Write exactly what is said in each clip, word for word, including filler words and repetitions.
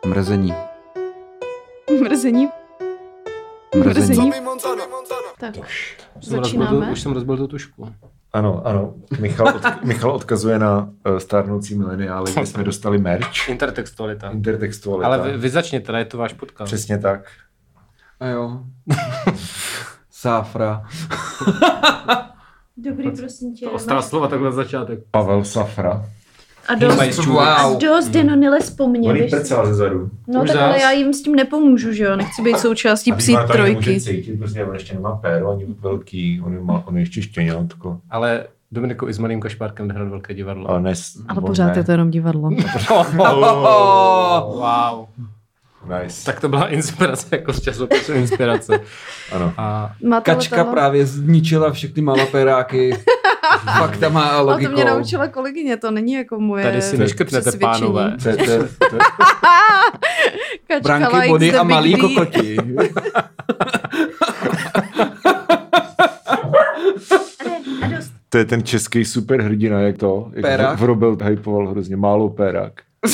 Mrzení. Mrzení. Mrzení. Tak, Už začínáme. Jsem rozbil, už jsem rozbil tu tušku. Ano, ano. Michal, od, Michal odkazuje na uh, stárnoucí mileniály, kde jsme dostali merch. Intertextualita. Intertextualita. Ale vy, vy začněte, je to váš podcast. Přesně tak. A jo. Sáfra. Dobrý, prosím tě. Ostrá slova takhle na začátek. Pavel Safra. A dost, Wow. a dost jenom nelez po mně. On jí víš co? prcel ze zadu. No Už tak ale zas. já jim s tím nepomůžu, že jo? Nechci být součástí psí trojky. Cítit, protože on ještě nemá péro, ani velký, on, má, on je ještě štěňátko. Ale Dominiku i s Malým Kašpárkem hrál velké divadlo. Ale, ne, Ale pořád je to jenom divadlo. Wow. Nice. Tak to byla inspirace, jako z časopisu inspirace. Ano. A Máte Kačka letadlo? právě zničila všechny malapéráky. Faktama a Ale to logikou. mě naučila kolegyně, to není jako moje tady si neškrtnete, přesvědčení. pánové. To je- to je- to je- Kačka Branky, likes body the a big malí D. kokoti. A dost. To je ten český superhrdina, jak to? Jak Pérák? Vrobel hypoval hrozně. Málo Pérák.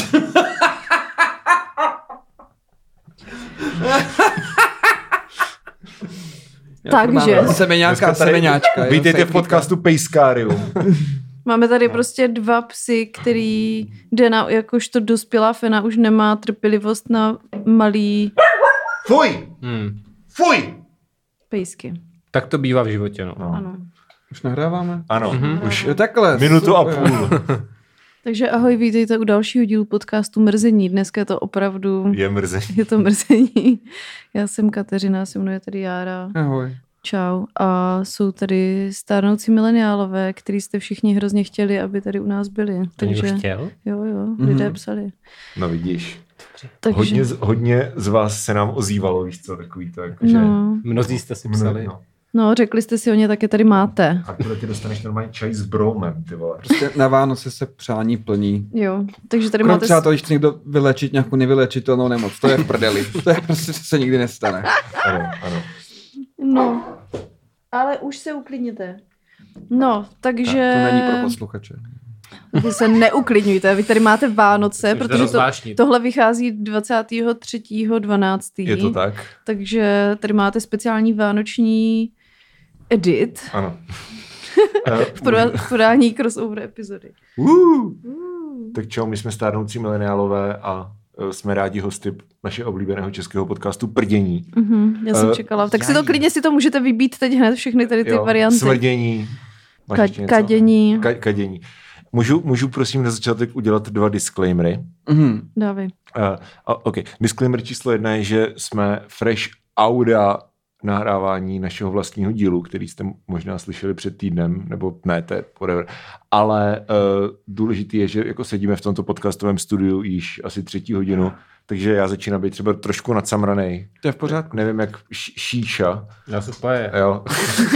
Takže Semeňáka, semeňáčka. Vítejte v podcastu Pejskárium. máme tady prostě dva psy, který Dana jakožto dospělá fena už nemá trpělivost na malý Fuj! Hmm. Fuj! pejsky. Tak to bývá v životě, no. No. Ano. Už nahráváme? Ano, Mhm. už Jo, takhle. minutu a super. půl. Takže ahoj, vítejte u dalšího dílu podcastu Mrzení. Dneska je to opravdu, Je mrzení. je to mrzení. Já jsem Kateřina, se mnou je tady Jára. Ahoj. Čau. A jsou tady stárnoucí mileniálové, který jste všichni hrozně chtěli, aby tady u nás byli. To někdo Takže chtěl? jo, jo, lidé Mhm. psali. No vidíš. Takže, Hodně, z- hodně z vás se nám ozývalo, víš co, takový to, jakože... no, Mnozí jste si psali. No. no, řekli jste si o ně, tak je tady máte. A tohle ti dostaneš normálně čaj s bromem, ty vole. Prostě na Vánoce se přání plní. Jo, takže tady Krom máte... třeba to, když chce někdo vylečit nějakou nevylečitelnou nemoc. To je v prdeli. To je prostě, to se nikdy nestane. Ano, ano. No, ale už se uklidněte. No, takže... To není pro posluchače. Vy se neuklidňujte, vy tady máte Vánoce, Už to protože to, rozvášnit. tohle vychází dvacátého třetího12. Je to tak? Takže tady máte speciální vánoční edit Ano. v poda- v podání crossover epizody. Uh, tak čau, my jsme stárnoucí mileniálové a uh, jsme rádi hosty našeho oblíbeného českého podcastu Prdění. Mhm, já jsem Eh, čekala. Tak si to jaj. klidně si to můžete vybít teď hned, všechny tady ty Jo, varianty. Smrdění. Máš Ka- ještě něco? kadění. Ka- kadění. Můžu, můžu prosím na začátek udělat dva disclaimery. Mhm. Dávej. Uh, OK. Disclaimer číslo jedna je, že jsme fresh auda nahrávání našeho vlastního dílu, který jste možná slyšeli před týdnem, nebo ne, to je whatever. Ale uh, důležitý je, že jako sedíme v tomto podcastovém studiu již asi třetí hodinu, takže já začínám být třeba trošku nadsamranej. To je v pořádku. Nevím, jak š- šíša. Já se spaje. Jo.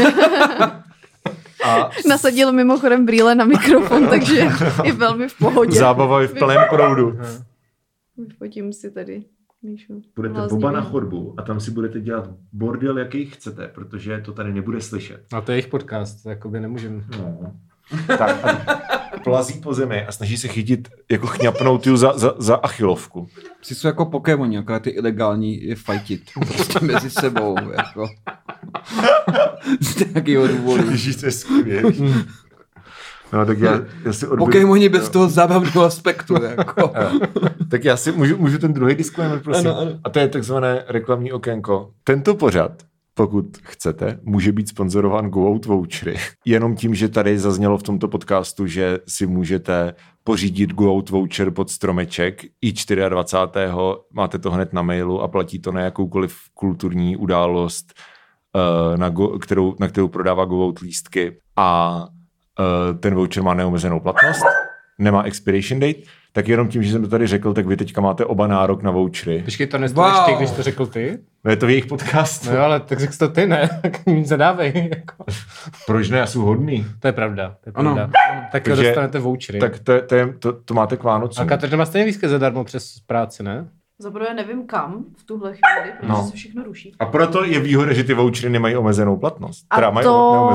A Nasadil mimochodem brýle na mikrofon, takže je velmi v pohodě. zábava je v plném proudu. Vyfotím si tady, Míšu. Budete Bláznivý. oba na chodbu a tam si budete dělat bordel, jaký chcete, protože to tady nebude slyšet. A to je jejich podcast, to jakoby nemůžem. No. Tak a plazí po zemi a snaží se chytit, jako chňapnout ju za, za, za achilovku. Psi jsou jako Pokémoni, akorát ty ilegální je fajtit. Prostě mezi sebou, jako. Z nějakého důvodu. Ježíš, to je skvělý. No, tak já, já si odbyl... Pokémoni bez toho zábavného aspektu, jako. Jo. Tak já si můžu, můžu ten druhý disclaimer, prosím. Ano, ano. A to je takzvané reklamní okénko. Tento pořad, pokud chcete, může být sponzorován Go Out Vouchery. Jenom tím, že tady zaznělo v tomto podcastu, že si můžete pořídit Go Out Voucher pod stromeček i dvacátého čtvrtého Máte to hned na mailu a platí to na jakoukoliv kulturní událost, eh, na, go, kterou, na kterou prodává Go Out lístky. A eh, ten voucher má neomezenou platnost, nemá expiration date, tak jenom tím, že jsem to tady řekl, tak vy teďka máte oba nárok na vouchery. Počkej, to nestaneš Wow. ty, když to řekl ty? No je to v jejich podcastu. No jo, ale tak řekl jsi to ty, ne? Tak mi zadávej. Jako. Proč ne, já jsem hodný. To je pravda. To je Ano. pravda. Tak Takže- dostanete vouchery. Tak to, je- to, je, to, to máte k Vánocům. A Kateřina má stejně lístky zadarmo přes práci, ne? Zaprvé nevím kam v tuhle chvíli, protože No. se všechno ruší. A proto je výhoda, že ty vouchery nemají omezenou platnost. A Teda mají to neomezenou.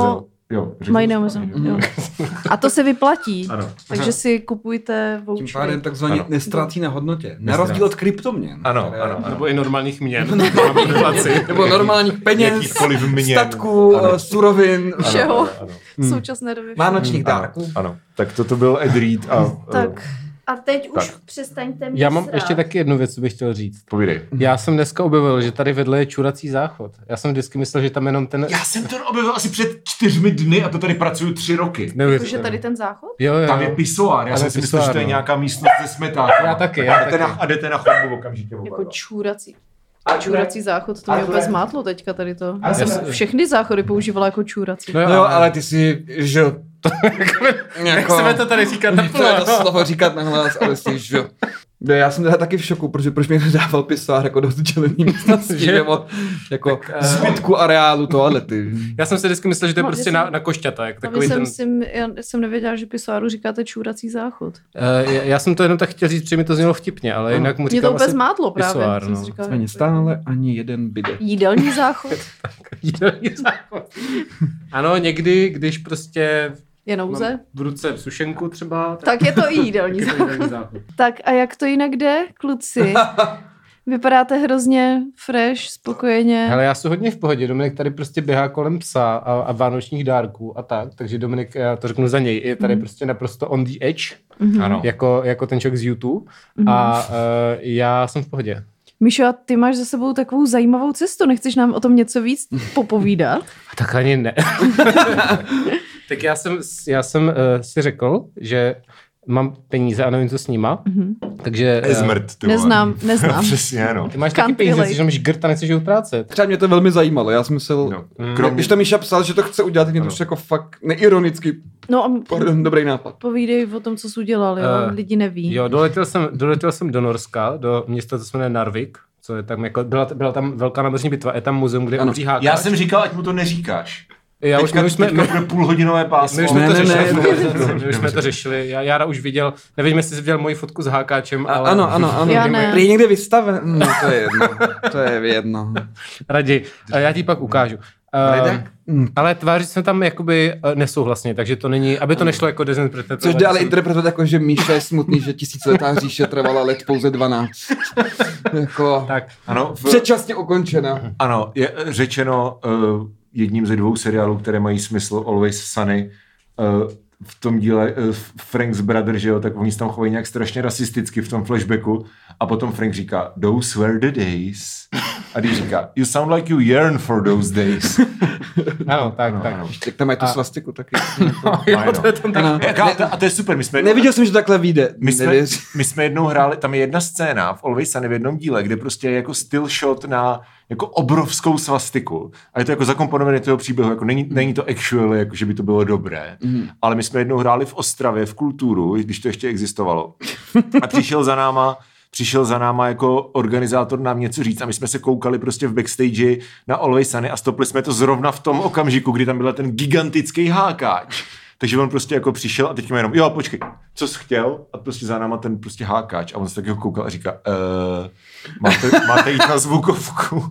Jo, řekl Mají jsi na to? Amazon, jo. A to se vyplatí. Ano. Takže si kupujte Tím vouchery. pádem takzvaně Ano. nestrácí na hodnotě. Na Nestrácí. rozdíl od kryptoměn. Ano, které- ano, ano. Nebo i normálních měn. Máme inflaci. Nebo normálních peněz, Jakýchkoliv měn. statků, Ano. surovin. Ano, Všeho. ano, ano. V současné době. Vánočních Ano, dárků. ano. Tak toto byl Ed Reed a... Tak. A teď už Tak. přestaňte mě Já mám srát. ještě taky jednu věc, co bych chtěl říct. Povídej. Já jsem dneska objevil, že tady vedle je čurací záchod. Já jsem vždycky myslel, že tam jenom ten... Já jsem to objevil asi před čtyřmi dny a to tady pracuju tři roky. Neuvěřitelné. Jakože tady ten záchod? Jo, jo. Tam je pisoár, já Tam jsem je si myslel, že to je pisoár, no. nějaká místnost ze smetáku. Já taky, já a jdete taky. Na, a jdete na chodbu okamžitě. oba Jako dva. čůrací. A Čůrací záchod, to ale mě to úplně ne- zmátlo teďka tady to. Ale Já jsem jasně. všechny záchody používala jako čůrací. No jo, No jo, ale ty si, že jo, Nechceme to tady říkat to je naplno. to slovo říkat nahlas, ale jsi, že jo. No, já jsem teda taky v šoku, protože proč mi nedával pisoár jako do sdělený místnosti, Že? nebo jako eh, zbytku areálu toalety. Já jsem si vždycky myslel, že to je No, prostě já na, jsem- na košťata. Jak A takový vy ten, jsem, si, já jsem nevěděla, že pisoáru říkáte čůrací záchod. uh, já jsem to jenom tak chtěl říct, protože mi to znělo vtipně, ale jinak mu Mě říkám to úplně asi zmátlo právě. pisoár, jsem no. si říkala, Nicméně stále ani jeden bide. jídelní záchod jídelní záchod. Ano, někdy, když prostě je nouze. mám v ruce sušenku třeba, Tak je to i jídelní je to záchod. jídelní záchod. Tak a jak to jinak jde, kluci? Vypadáte hrozně fresh, spokojeně. Hele, já jsem hodně v pohodě. Dominik tady prostě běhá kolem psa a, a vánočních dárků a tak, takže Dominik, já to řeknu za něj, je tady mm. prostě naprosto on the edge, Mhm. Ano. jako, jako ten člověk z YouTube a uh, já jsem v pohodě. Míšo, a ty máš za sebou takovou zajímavou cestu. Nechceš nám o tom něco víc popovídat? Tak ani ne. Tak já jsem, já jsem uh, si řekl, že mám peníze a nevím, co s nima, Mhm. takže... Je zmrt, ty vole. Neznám, neznám. Přesně, no. Ty máš taky Country peníze, lake. jsi máš grt a nechceš jít práce. Třeba mě to velmi zajímalo, já jsem myslel, no. Mm. Krom... když to Míša psal, že to chce udělat, tak mě to Ano. přišlo jako fakt neironicky, No a pardon, dobrý nápad. povídej o tom, co jsi udělal, jo? Eh, Lidi neví. Jo, doletěl jsem, doletěl jsem do Norska, do města, co se jmenuje Narvik, co je tam jako, byla, byla tam velká námořní bitva, je tam muzeum, kde Ano. umří hákač. Já jsem říkal, ať mu to neříkáš. já už, Teďka, my už jsme, teďka my, bude půlhodinové pásmo. my už jsme Ne, to ne, řešili, ne, v ne, konverzaci, ne, my už jsme to řešili, já, Jára už viděl, nevím, jestli jsi viděl moji fotku s hákáčem, A, ale... ano, ano, ano. Já ne. Prý někde vystaven. No, to je jedno. To je jedno. Raději, A já ti pak ukážu. Nejde? Uh, ale tváří se tam jakoby uh, nesouhlasně, takže to není, aby to nešlo jako dezinterpretovat. Což jde ale jsem- interpretovat jako, že Míša je smutný, že tisíciletá říše trvala let pouze dvanáct. Jako Tak, Ano, v... předčasně ukončena. ano, je řečeno uh, jedním ze dvou seriálů, které mají smysl, Always Sunny, uh, v tom díle uh, Frank's Brother, že jo, tak oni se tam chovají nějak strašně rasisticky v tom flashbacku a potom Frank říká, those were the days. A když říká, you sound like you yearn for those days. ano, tak, Ano, tak. ano. Tak tam mají tu A- svastiku taky. Jo, Ano. to je tam tak. Ano. Jaká, a to je super, my jsme... Neviděl jsem, že to takhle vyjde. My jsme, Nevěř. my jsme jednou hráli, tam je jedna scéna v Always Sunny v jednom díle, kde prostě je jako still shot na jako obrovskou svastiku. A je to jako zakomponované do toho příběhu, jako není, není to actually, jako že by to bylo dobré. Mm. Ale my jsme jednou hráli v Ostravě, v Kulturu, když to ještě existovalo. A přišel za náma přišel za náma jako organizátor nám něco říct a my jsme se koukali prostě v backstage na Always Sunny a stopli jsme to zrovna v tom okamžiku, kdy tam byl ten gigantický hákáč. Takže on prostě jako přišel a teď jenom, jo, počkej, co jsi chtěl? A prostě za náma ten prostě hákáč a on se tak jako koukal a říká, uh, máte, máte jít na zvukovku.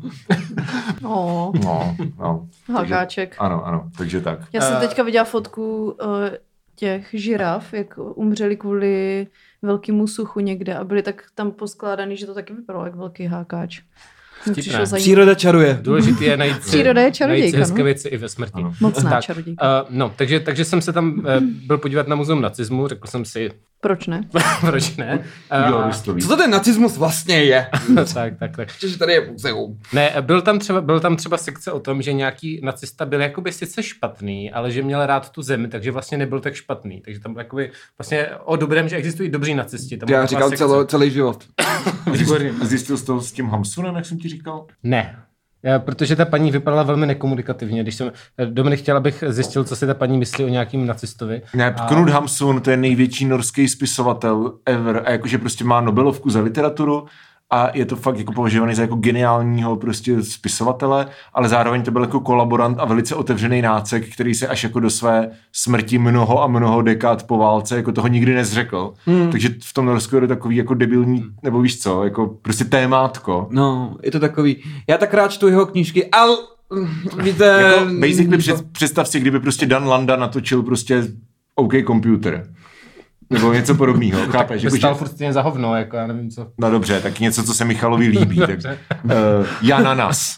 Oh, No, no. Takže, hákáček. ano, ano, takže tak. Já jsem Eh. teďka viděla fotku uh, těch žiraf, jak umřeli kvůli velkému suchu někde a byli tak tam poskládaný, že to taky vypadalo jak velký hákáč. Mně Vtipné. přišlo zajímavé. Příroda čaruje. Důležité je najít si, Příroda je čarodějka, najít si hezké no. věci i ve smrti. Ano. Mocná Tak, čarodějka. Uh, no, takže, takže jsem se tam uh, byl podívat na muzeum nacismu, řekl jsem si, Proč ne? proč ne? Udělal Uh, bys to víc. Co to ten nacismus vlastně je? tak, tak, tak. Že tady je muzeum. Ne, byl tam, třeba, byl tam třeba sekce o tom, že nějaký nacista byl jakoby sice špatný, ale že měl rád tu zemi, takže vlastně nebyl tak špatný. Takže tam jakoby vlastně o dobrém, že existují dobří nacisti. Tam Já byla říkal sekce. celo, celý život. Výborně. A zjistil jsi to s tím Hamsunem, jak jsem ti říkal? Ne. Já, protože ta paní vypadala velmi nekomunikativně. Když jsem, Dominik chtěl, abych zjistil, co si ta paní myslí o nějakým nacistovi. Ne, A- Knut Hamsun, to je největší norský spisovatel ever a jakože prostě má Nobelovku za literaturu a je to fakt jako považovaný za jako geniálního prostě spisovatele, ale zároveň to byl jako kolaborant a velice otevřený nácek, který se až jako do své smrti mnoho a mnoho dekád po válce jako toho nikdy nezřekl. Hmm. Takže v tom Norsku je to takový jako debilní, nebo víš co, jako prostě témátko. No, je to takový. Já tak rád čtu jeho knížky, ale víte... Jako basically před, představ si, kdyby prostě Dan Landa natočil prostě OK Computer. Nebo něco podobného, chápeš? By stál furt stejně za hovno, jako já nevím co. No dobře, tak něco, co se Michalovi líbí. tak, uh, Jananas.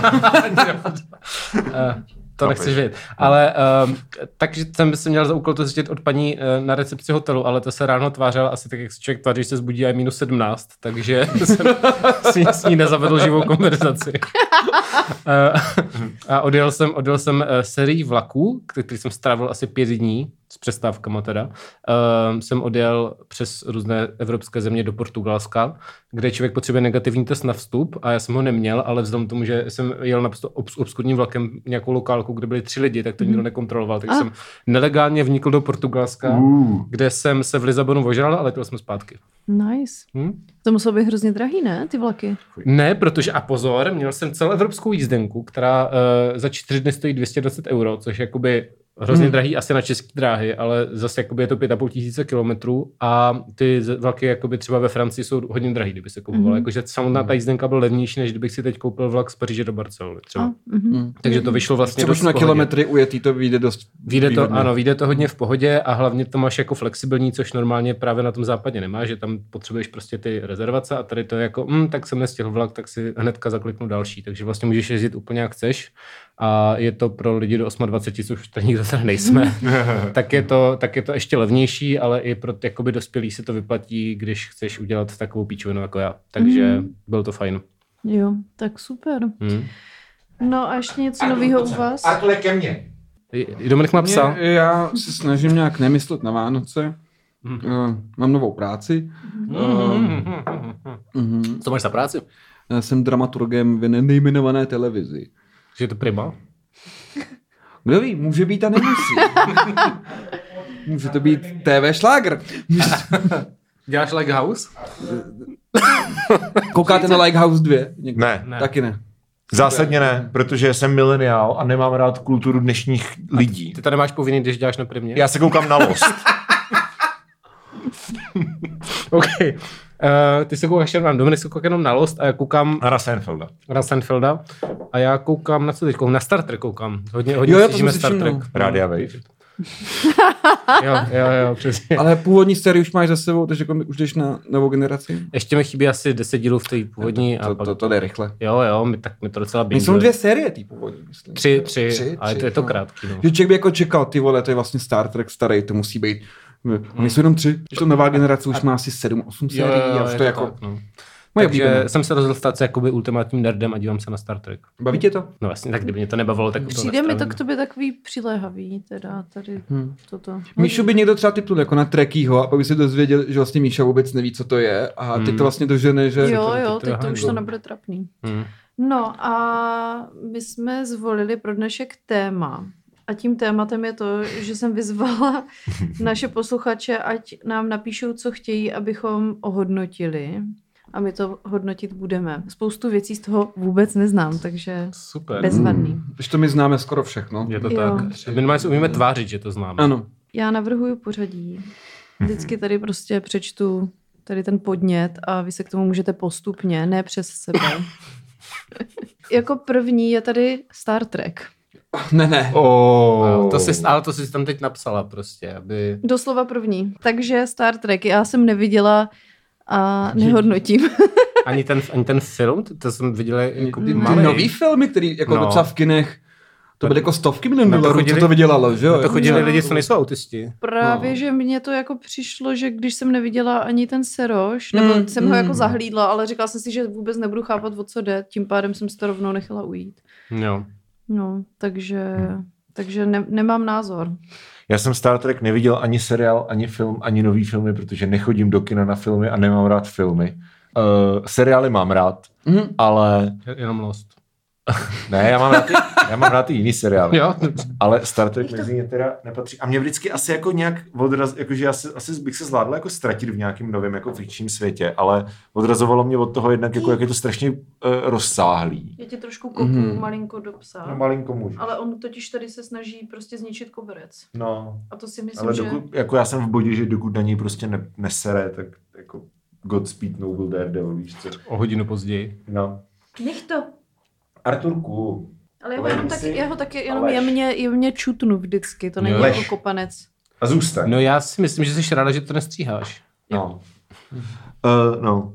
uh, to nechceš vědět. Ale um, takže jsem si měl za úkol to zjistit od paní uh, na recepci hotelu, ale to se ráno tvářila asi tak, jak se člověk tváří, že se zbudí a je minus sedmnáct, takže jsem s ní, s ní nezavedl živou konverzaci. uh, a odjel jsem, odjel jsem uh, sérii vlaků, který jsem strávil asi pět dní, s přestávkama teda, uh, jsem odjel přes různé evropské země do Portugalska, kde člověk potřebuje negativní test na vstup a já jsem ho neměl, ale vzhledem k tomu, že jsem jel naprosto obs- obskurním vlakem nějakou lokálku, kde byli tři lidi, tak to nikdo nekontroloval, tak A. jsem nelegálně vnikl do Portugalska, Uh. kde jsem se v Lisabonu ožral a letěl jsem zpátky. Nice. Hm? To muselo být hrozně drahý, ne, ty vlaky? Ne, protože, a pozor, měl jsem celoevropskou jízdenku, která uh, za čtyři dny stojí dvě stě dvacet euro, což je jakoby hrozně hmm. drahý asi na české dráhy, ale zase jakoby je to pět a půl tisíce kilometrů a ty vlaky jakoby třeba ve Francii jsou hodně drahý, kdyby se kupoval. Hmm. Jakože samotná ta jízdenka byla levnější, než kdybych si teď koupil vlak z Paříže do Barcelony třeba. A, mm-hmm. Takže to vyšlo vlastně Třeba dost na v pohodě. kilometry ujetý to vyjde dost Vyjde to, výhodně. ano, vyjde to hodně v pohodě a hlavně to máš jako flexibilní, což normálně právě na tom západě nemá, že tam potřebuješ prostě ty rezervace a tady to je jako, mm, tak jsem nestihl vlak, tak si hnedka zakliknu další, takže vlastně můžeš jezdit úplně jak chceš a je to pro lidi do dvacet osm, což tady nikdo tady nejsme, tak, je to, tak je to ještě levnější, ale i pro jakoby dospělí se to vyplatí, když chceš udělat takovou píčovinu jako já, takže Mm. byl to fajn. Jo, tak super. Hmm. No a ještě něco nového u vás? Arkle ke mně. Dominik má psa. Mě, já se snažím nějak nemyslet na Vánoce. Hmm. Uh, mám novou práci. Hmm. Uh, uh, Co máš za práci? já jsem dramaturgem v nejmenované televizi. Že je to Prima? Kdo ví, může být a nemusí. Může to být T V šlágr. Děláš Like House? Koukáte na Like House dva? Někdo? Ne, Ne. Taky ne. zásadně ne, protože jsem mileniál a nemám rád kulturu dnešních lidí. Ty to nemáš povinný, když děláš na Primě? Já se koukám na Lost. OK. Uh, ty se koukáš jenom, Dominik se kouká jenom na Lost a já koukám A na Seinfelda. na Seinfelda a já koukám na co teď koukám? Na Star Trek koukám. Hodně, hodně Jo, jo, to slyšíme jsem si Star všimnul. Trek. Rádia Wave. Jo, jo, jo, přesně. Ale původní sérii už máš za sebou, takže jako už jdeš na novou generaci. Ještě mi chybí asi deset dílů v té původní. To, a to, pak... to, to jde rychle. Jo, jo, my, tak mi to docela Nejsou bingeuje. dvě série tý původní, myslím. Tři, tři, Tři, ale tři, to je to no. krátký. No. Že člověk by jako čekal, ty vole, to je vlastně Star Trek starý, to musí být. Oni jsou jenom tři, že to nová generace už má asi sedm, osm Jo, sérií jo, jo, a už je to je jako... tak, no. Moje Takže oblíbené. jsem se rozhodl stát se jakoby ultimátním nerdem a dívám se na Star Trek. Baví tě to? No vlastně, tak kdyby mě to nebavilo, tak to Přijde mi to k tobě takový přiléhavý, teda tady Hmm. toto. Míšu by někdo třeba typnul jako na Trekkyho a pak by se dozvěděl, že vlastně Míša vůbec neví, co to je a teď Hmm. to vlastně dožene, že... Jo, to- jo, to- to teď je to už hango. to nebude trapný. Hmm. No a my jsme zvolili pro dnešek téma. A tím tématem je to, že jsem vyzvala naše posluchače, ať nám napíšou, co chtějí, abychom ohodnotili. A my to hodnotit budeme. Spoustu věcí z toho vůbec neznám, takže Super. bezvadný. Když to my známe skoro všechno. Je to Jo. tak. Minimálně si umíme tvářit, že to známe. Ano. Já navrhuju pořadí. Vždycky tady prostě přečtu tady ten podnět a vy se k tomu můžete postupně, ne přes sebe. Jako první je tady Star Trek. Ne, ne. Oh. To jsi, ale to jsi tam teď napsala prostě, aby... Doslova první. Takže Star Trek já jsem neviděla a nehodnotím. Ani ten, ani ten film, to, to jsem viděla jako Ty, ty malej. nový filmy, který jako No. no. docela v kinech, to byly jako stovky milionů Na to dolarů, co chodili- to vydělalo, že jo? To chodili No. lidi, co nejsou autisti. Právě, No. že mně to jako přišlo, že když jsem neviděla ani ten Seroš, nebo Mm, jsem ho mm. jako zahlídla, ale říkala jsem si, že vůbec nebudu chápat, o co jde, tím pádem jsem si to rovnou nechala ujít. Jo. No, takže, takže ne, nemám názor. Já jsem Star Trek neviděl ani seriál, ani film, ani nový filmy, protože nechodím do kina na filmy a nemám rád filmy. Uh, seriály mám rád, Mhm. ale Jenom Lost. ne, já mám rád i, já mám rád i jiný seriály. Jo, Ale Star Trek mezi ně teda nepatří. A mě vždycky asi jako nějak odraz, jakože asi, asi bych se zvládl jako ztratit v nějakém novém jako fikčním světě, ale odrazovalo mě od toho jednak, jako, jak je to strašně uh, rozsáhlý. Já tě trošku kopu Mhm. malinko do psa, No malinko můžu. ale on totiž tady se snaží prostě zničit koberec. No, A to si myslím, ale že... dokud, jako já jsem v bodě, že dokud na něj prostě ne, nesere, tak jako Godspeed Noble Daredevil, víš co. o hodinu později. No. Nech to. Arturku, Ale já ho, jenom taky, já ho taky jenom jemně, jemně čutnu vždycky, to není Lež. jako kopanec. A zůstaň. No já si myslím, že jsi ráda, že to nestříháš. No. Uh, no.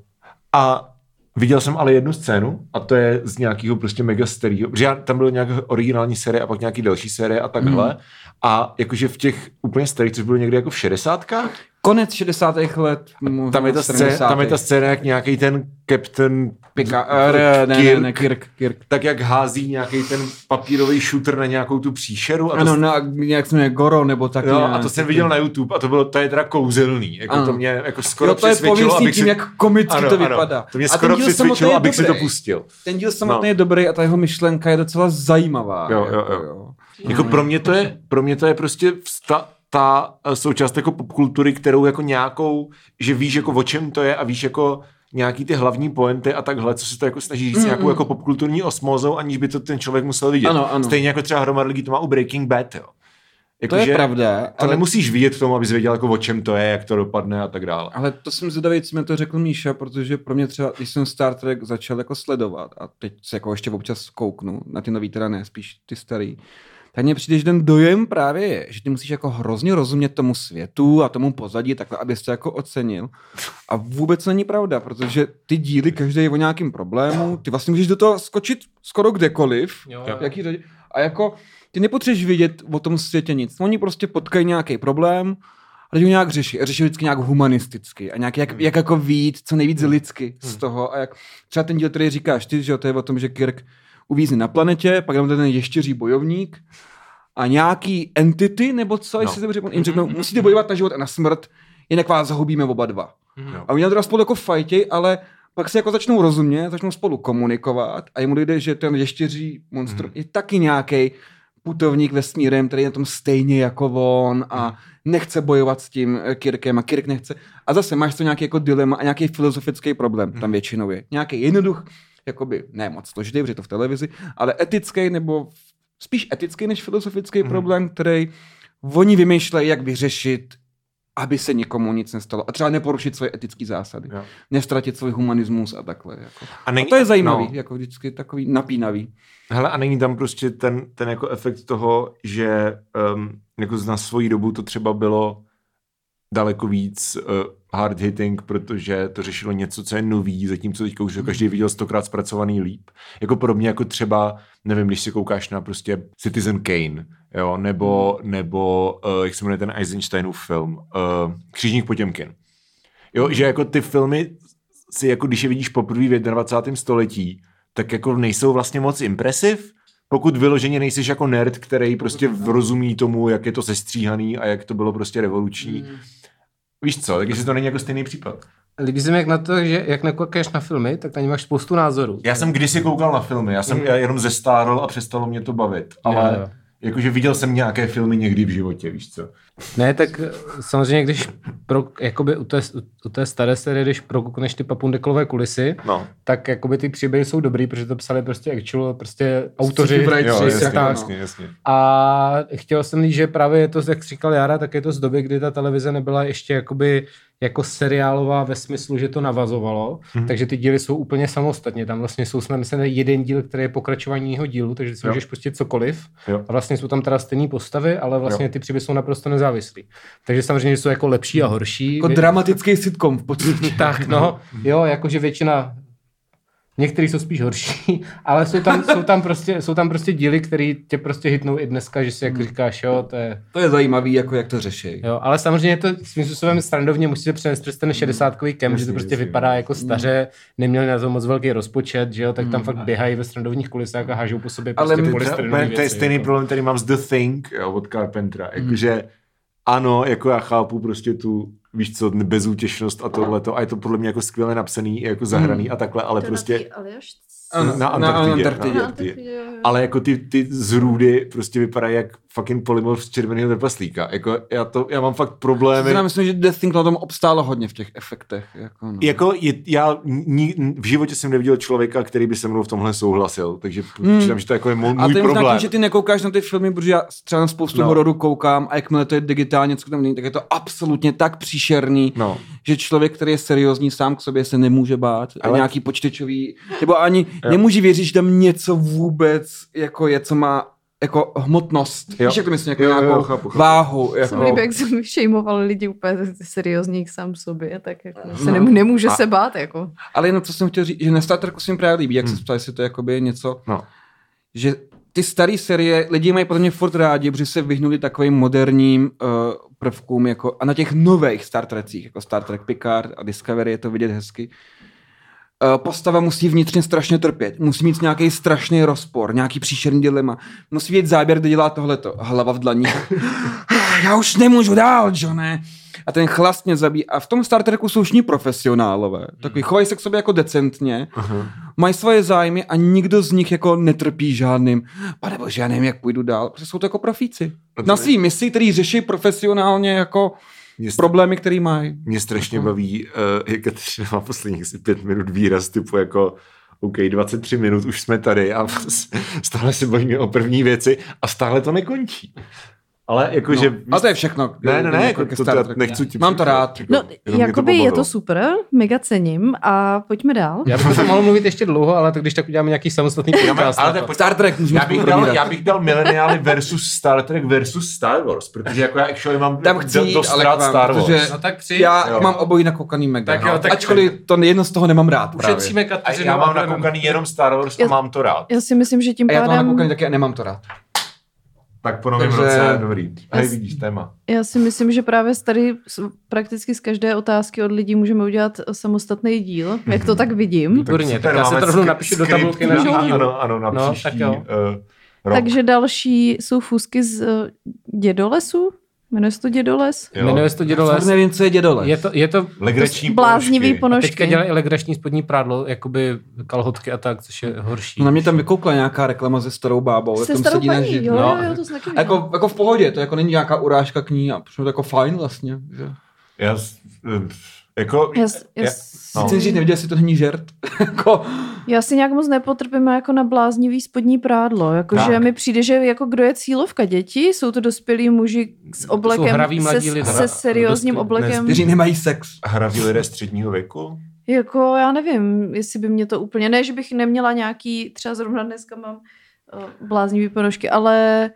A viděl jsem ale jednu scénu, a to je z nějakého prostě mega starého, protože já, tam bylo nějaká originální série a pak nějaký další série a takhle. Mm. A jakože v těch úplně starých, což bylo někdy jako v šedesátkách, Konec šedesátých let. Tam je, ta scéna, tam je ta scéna, jak nějaký ten Captain Pika, ne, ne, ne, ne, Kirk, Kirk. tak jak hází nějaký ten papírový shooter na nějakou tu příšeru. A to ano, no, nějak se jmenuje Goro, nebo tak jo, nějak. a to jsem viděl na YouTube a to bylo, to je teda kouzelný. Jako to mě jako skoro jo, to je přesvědčilo, abych tím, si... jak komicky ano, to ano, vypadá. To mě skoro přesvědčilo, abych si to pustil. Ten díl samotný no. je dobrý a ta jeho myšlenka je docela zajímavá. Jo, jo, jo. jo. Jako pro mě to je, pro mě to je prostě vsta, ta součást jako popkultury, kterou jako nějakou, že víš jako o čem to je a víš jako nějaký ty hlavní pointy a takhle, co se to jako snaží říct mm, nějakou mm. jako popkulturní osmózou, aniž by to ten člověk musel vidět. Ano, ano. Stejně jako třeba hromada lidí to má u Breaking Bad, jo. Jako, to je pravda. To ale... nemusíš vidět tomu, abys věděl, jako o čem to je, jak to dopadne a tak dále. Ale to jsem zvědavý, co mi to řekl Míša, protože pro mě třeba, když jsem Star Trek začal jako sledovat a teď se jako ještě občas kouknu, na ty nový teda ne, spíš ty starý, tak mně přijde, že ten dojem právě je, že ty musíš jako hrozně rozumět tomu světu a tomu pozadí, takhle, abys to jako ocenil. A vůbec to není pravda, protože ty díly, každý je o nějakým problému, ty vlastně můžeš do toho skočit skoro kdekoliv, Jo. jaký řadě, a jako ty nepotřebuješ vědět o tom světě nic. Oni prostě potkají nějaký problém a teď ho nějak řeší. A řeší vždycky nějak humanisticky a nějak, jak, jak jako vyjít co nejvíc lidsky z toho. A jak třeba ten díl, který říkáš ty, že to je o tom, že Kirk uvízne na planetě, pak tam ten ještěří bojovník a nějaký entity, nebo co, no. jestli se jim řeknou, musíte bojovat na život a na smrt, jinak vás zahubíme oba dva. No. A oni teda spolu jako fajtěj, ale pak se jako začnou rozumět, začnou spolu komunikovat a jemu dojde, že ten ještěří monstr mm. je taky nějaký putovník vesmírem, který je na tom stejně jako on a mm. nechce bojovat s tím Kirkem a Kirk nechce. A zase máš to nějaký jako dilema a nějaký filozofický problém mm. tam většinou je. Nějaký jednoduch, jakoby ne moc složitý, protože je to v televizi, ale etický nebo spíš etický než filozofický mm. problém, který oni vymýšlejí, jak vyřešit, aby se nikomu nic nestalo. A třeba neporušit svoje etické zásady. Jo. Nestratit svůj humanismus a takhle. Jako. A, není, a to je zajímavý, no. jako vždycky takový napínavý. Hele, a není tam prostě ten, ten jako efekt toho, že um, jako na svoji dobu to třeba bylo daleko víc uh, hard hitting, protože to řešilo něco, co je nový, zatímco teďka už každý viděl stokrát zpracovaný líp. Jako podobně jako třeba, nevím, když si koukáš na prostě Citizen Kane, jo, nebo, nebo uh, jak se jmenuje ten Eisensteinův film, uh, Křižník Potěmkin. Jo, že jako ty filmy si jako když je vidíš poprvé v dvacátém prvním století, tak jako nejsou vlastně moc impresiv, pokud vyloženě nejsiš jako nerd, který prostě rozumí tomu, jak je to sestříhaný a jak to bylo prostě revoluční. Mm. Víš co, tak jestli to není jako stejný případ. Líbí se mi, jak na to, že jak nekoukáš na filmy, tak na ně máš spoustu názorů. Já jsem kdysi koukal na filmy, já jsem mm. jenom zestárl a přestalo mě to bavit, ale jo, jo. jakože viděl jsem nějaké filmy někdy v životě, víš co. Ne, tak samozřejmě, když pro, jakoby u té, u té staré série, když prokoukneš ty Papundeklové kulisy, no. tak jakoby ty příběhy jsou dobrý, protože to psali prostě actual, prostě autoři. Jo, jasně, jasně, jasně. A chtěl jsem říct, že právě je to, jak říkal Jára, tak je to z doby, kdy ta televize nebyla ještě jakoby jako seriálová ve smyslu, že to navazovalo, mm-hmm. takže ty díly jsou úplně samostatně. Tam vlastně jsou snad myslím jeden díl, který je pokračování jeho dílu, takže si jo. můžeš pustit cokoliv. Jo. A vlastně jsou tam teda stejné postavy, ale vlastně jo. ty příběhy jsou naprosto nezávislí. Takže samozřejmě jsou jako lepší a horší. Jako Vě... dramatický sitcom v podstatě. Tak, no. Jo, jakože většina některý jsou spíš horší, ale jsou tam, jsou tam, prostě, jsou tam prostě díly, které tě prostě hitnou i dneska, že si jak říkáš, jo, to je... To je zajímavý, jako jak to řeší. Jo, ale samozřejmě je to svým způsobem srandovně, musíte přenést přes ten šedesátkový kem, jasný, že to prostě jasný, vypadá jako staře, neměli na to moc velký rozpočet, že jo, tak tam mm. fakt běhají ve srandovních kulisách a hážou po sobě ale prostě polystyrenoví věci. To je stejný jako. Problém, který mám s The Thing, jo, od Carpentera, jakože mm. ano, jako já chápu prostě tu víš co, bezútěšnost a tohleto. A je to podle mě jako skvěle napsaný, jako zahraný hmm. a takhle, ale to prostě... Na, na Antarktidě. Na Antarktidě. Na Antarktidě. Ale jako ty, ty zrůdy prostě vypadají jak fucking polymorf z červeného trpaslíka. Jako já, to, já mám fakt problémy. Já myslím, že Death Thing na tom obstálo hodně v těch efektech. Jako, no. jako je, já ní, v životě jsem neviděl člověka, který by se mnou v tomhle souhlasil. Takže hmm. přidám, že to jako je můj, můj problém. A to je že ty nekoukáš na ty filmy, protože já třeba na spoustu no. hororů koukám a jakmile to je digitálně, co tam není, tak je to absolutně tak příšerný. příšerný, No. že člověk, který je seriózní sám k sobě, se nemůže bát. Ale... Nějaký počítačový, nebo ani nemůže věřit, že tam něco vůbec jako je, co má jako hmotnost. Jo. Víš, jak to myslím, jako Jo, jo, nějakou chápu, chápu. váhu. Jako... Jsem líbí, jak jsem šejmoval lidi úplně seriózní k sám sobě, tak jako se nem, nemůže A... se bát. Jako. Ale jenom co jsem chtěl říct, že na Star Treku se mi právě líbí, jak hmm. se ptali, jestli to jakoby něco, No. že ty staré série lidi mají podle mě furt rádi, protože se vyhnuli takovým moderním uh, prvkům jako, a na těch nových Star Trecích, jako Star Trek Picard a Discovery je to vidět hezky. Uh, postava musí vnitřně strašně trpět, musí mít nějaký strašný rozpor, nějaký příšerný dilema, musí vidět záběr, kde dělá tohleto, hlava v dlaních. Já už nemůžu dál, Johne. A ten chlast mě zabíjí. A v tom Star Treku jsou všichni profesionálové. Takový chovají se k sobě jako decentně, uh-huh. mají svoje zájmy a nikdo z nich jako netrpí žádným. Pane bože, já nevím, jak půjdu dál. Protože jsou to jako profíci. Na svý misi, který řeší profesionálně jako mě problémy, který mají. Mě strašně baví, uh, jak Kateřina má posledních asi pět minut výraz typu jako OK, dvacet tři minut, už jsme tady a stále se bavíme o první věci a stále to nekončí. Ale jakože... No, ale to je všechno. Ne, ne, ne, jako to, to, to nechci ti Mám to rád. No, jakoby je to super, mega cením a pojďme dál. Já bych to mohl mluvit ještě dlouho, ale to když tak uděláme nějaký samostatný podcast. Ale to, Star Trek můžeme já bych, dal, já bych dal mileniály versus Star Trek versus Star Wars, protože jako já actually mám tam chci jít, dost ale rád Star Wars. Protože no tak přijď. já jo. mám obojí nakoukaný mega. Tak jo, tak ačkoliv to jedno z toho nemám rád právě. Ušetříme Kateřinu. Já mám nakoukaný jenom Star Wars a já, mám to rád. Já si myslím, že tím a já to mám pádem... nakoukaný taky a nemám to rád. Tak po novém Takže... roce, dobrý. Hej, vidíš téma. Já si myslím, že právě tady prakticky z každé otázky od lidí můžeme udělat samostatný díl, jak to tak vidím. Výborně, tak já se to rovnou napíšu do tabulky na díl. Ano, ano, na no, příští tak uh, rok. Takže další jsou fůzky z uh, Dědolesu. Jmenuje se to Dědoles? Jo. Jmenuje se to Dědoles. Já nevím, co je Dědoles. Je to, je to legrační bláznivý ponožky. ponožky. A teďka dělají legrační spodní prádlo, jakoby kalhotky a tak, což je horší. No, na mě tam vykoukla nějaká reklama se starou bábou. Se starou paní, jo, no. jo, jo, to jsem taky viděla. jako, jako v pohodě, to jako není nějaká urážka k ní a to jako fajn vlastně. Že? Já, jako... Já, já, já, no. Chci říct, neviděl si to není žert. jako... Já si nějak moc nepotrpím jako na bláznivý spodní prádlo. Jakože mi přijde, že jako kdo je cílovka děti, jsou to dospělí muži s oblekem, se, se seriózním oblekem. Kteří nemají sex. Hraví lidé středního věku? Jako já nevím, jestli by mě to úplně, ne, že bych neměla nějaký, třeba zrovna dneska mám uh, bláznivý ponožky, ale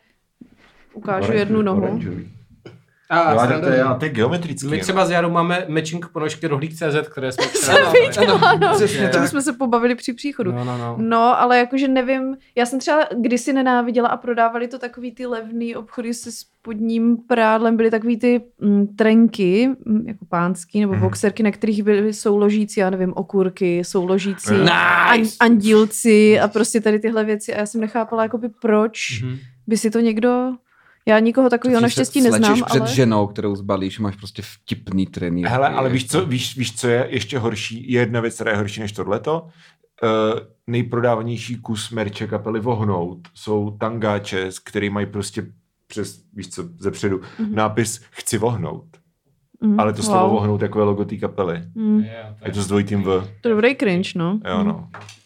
ukážu oranžový, jednu nohu. Oranžový. A, a, to je, a to je geometrický. My třeba s Jarou máme matching ponožky rohlík tečka cé zet, které jsme viděla, no. Čemu jsme se pobavili při příchodu. No, no, no. no, ale jakože nevím, já jsem třeba kdysi nenáviděla a prodávali to takový ty levný obchody se spodním prádlem, byly takový ty m, trenky, m, jako pánský nebo mm. boxerky, na kterých byly souložící, já nevím, okurky, souložící, nice. an, andílci a prostě tady tyhle věci a já jsem nechápala, jakoby proč mm. by si to někdo... Já nikoho takového naštěstí neznám, před ale... ženou, kterou zbalíš, máš prostě vtipný trenér. Hele, ale víš co, víš, víš, co je ještě horší? Je jedna věc, která je horší než tohleto. Uh, nejprodávanější kus merče kapely Vohnout jsou tangáče, který mají prostě přes, víš co, zepředu, mm-hmm. nápis Chci vohnout. Mm, ale to slovo wow. vohnout jako je logo té kapely. Mm. Je to s dvojitým V. To je dobrý cringe, no. Jo, no.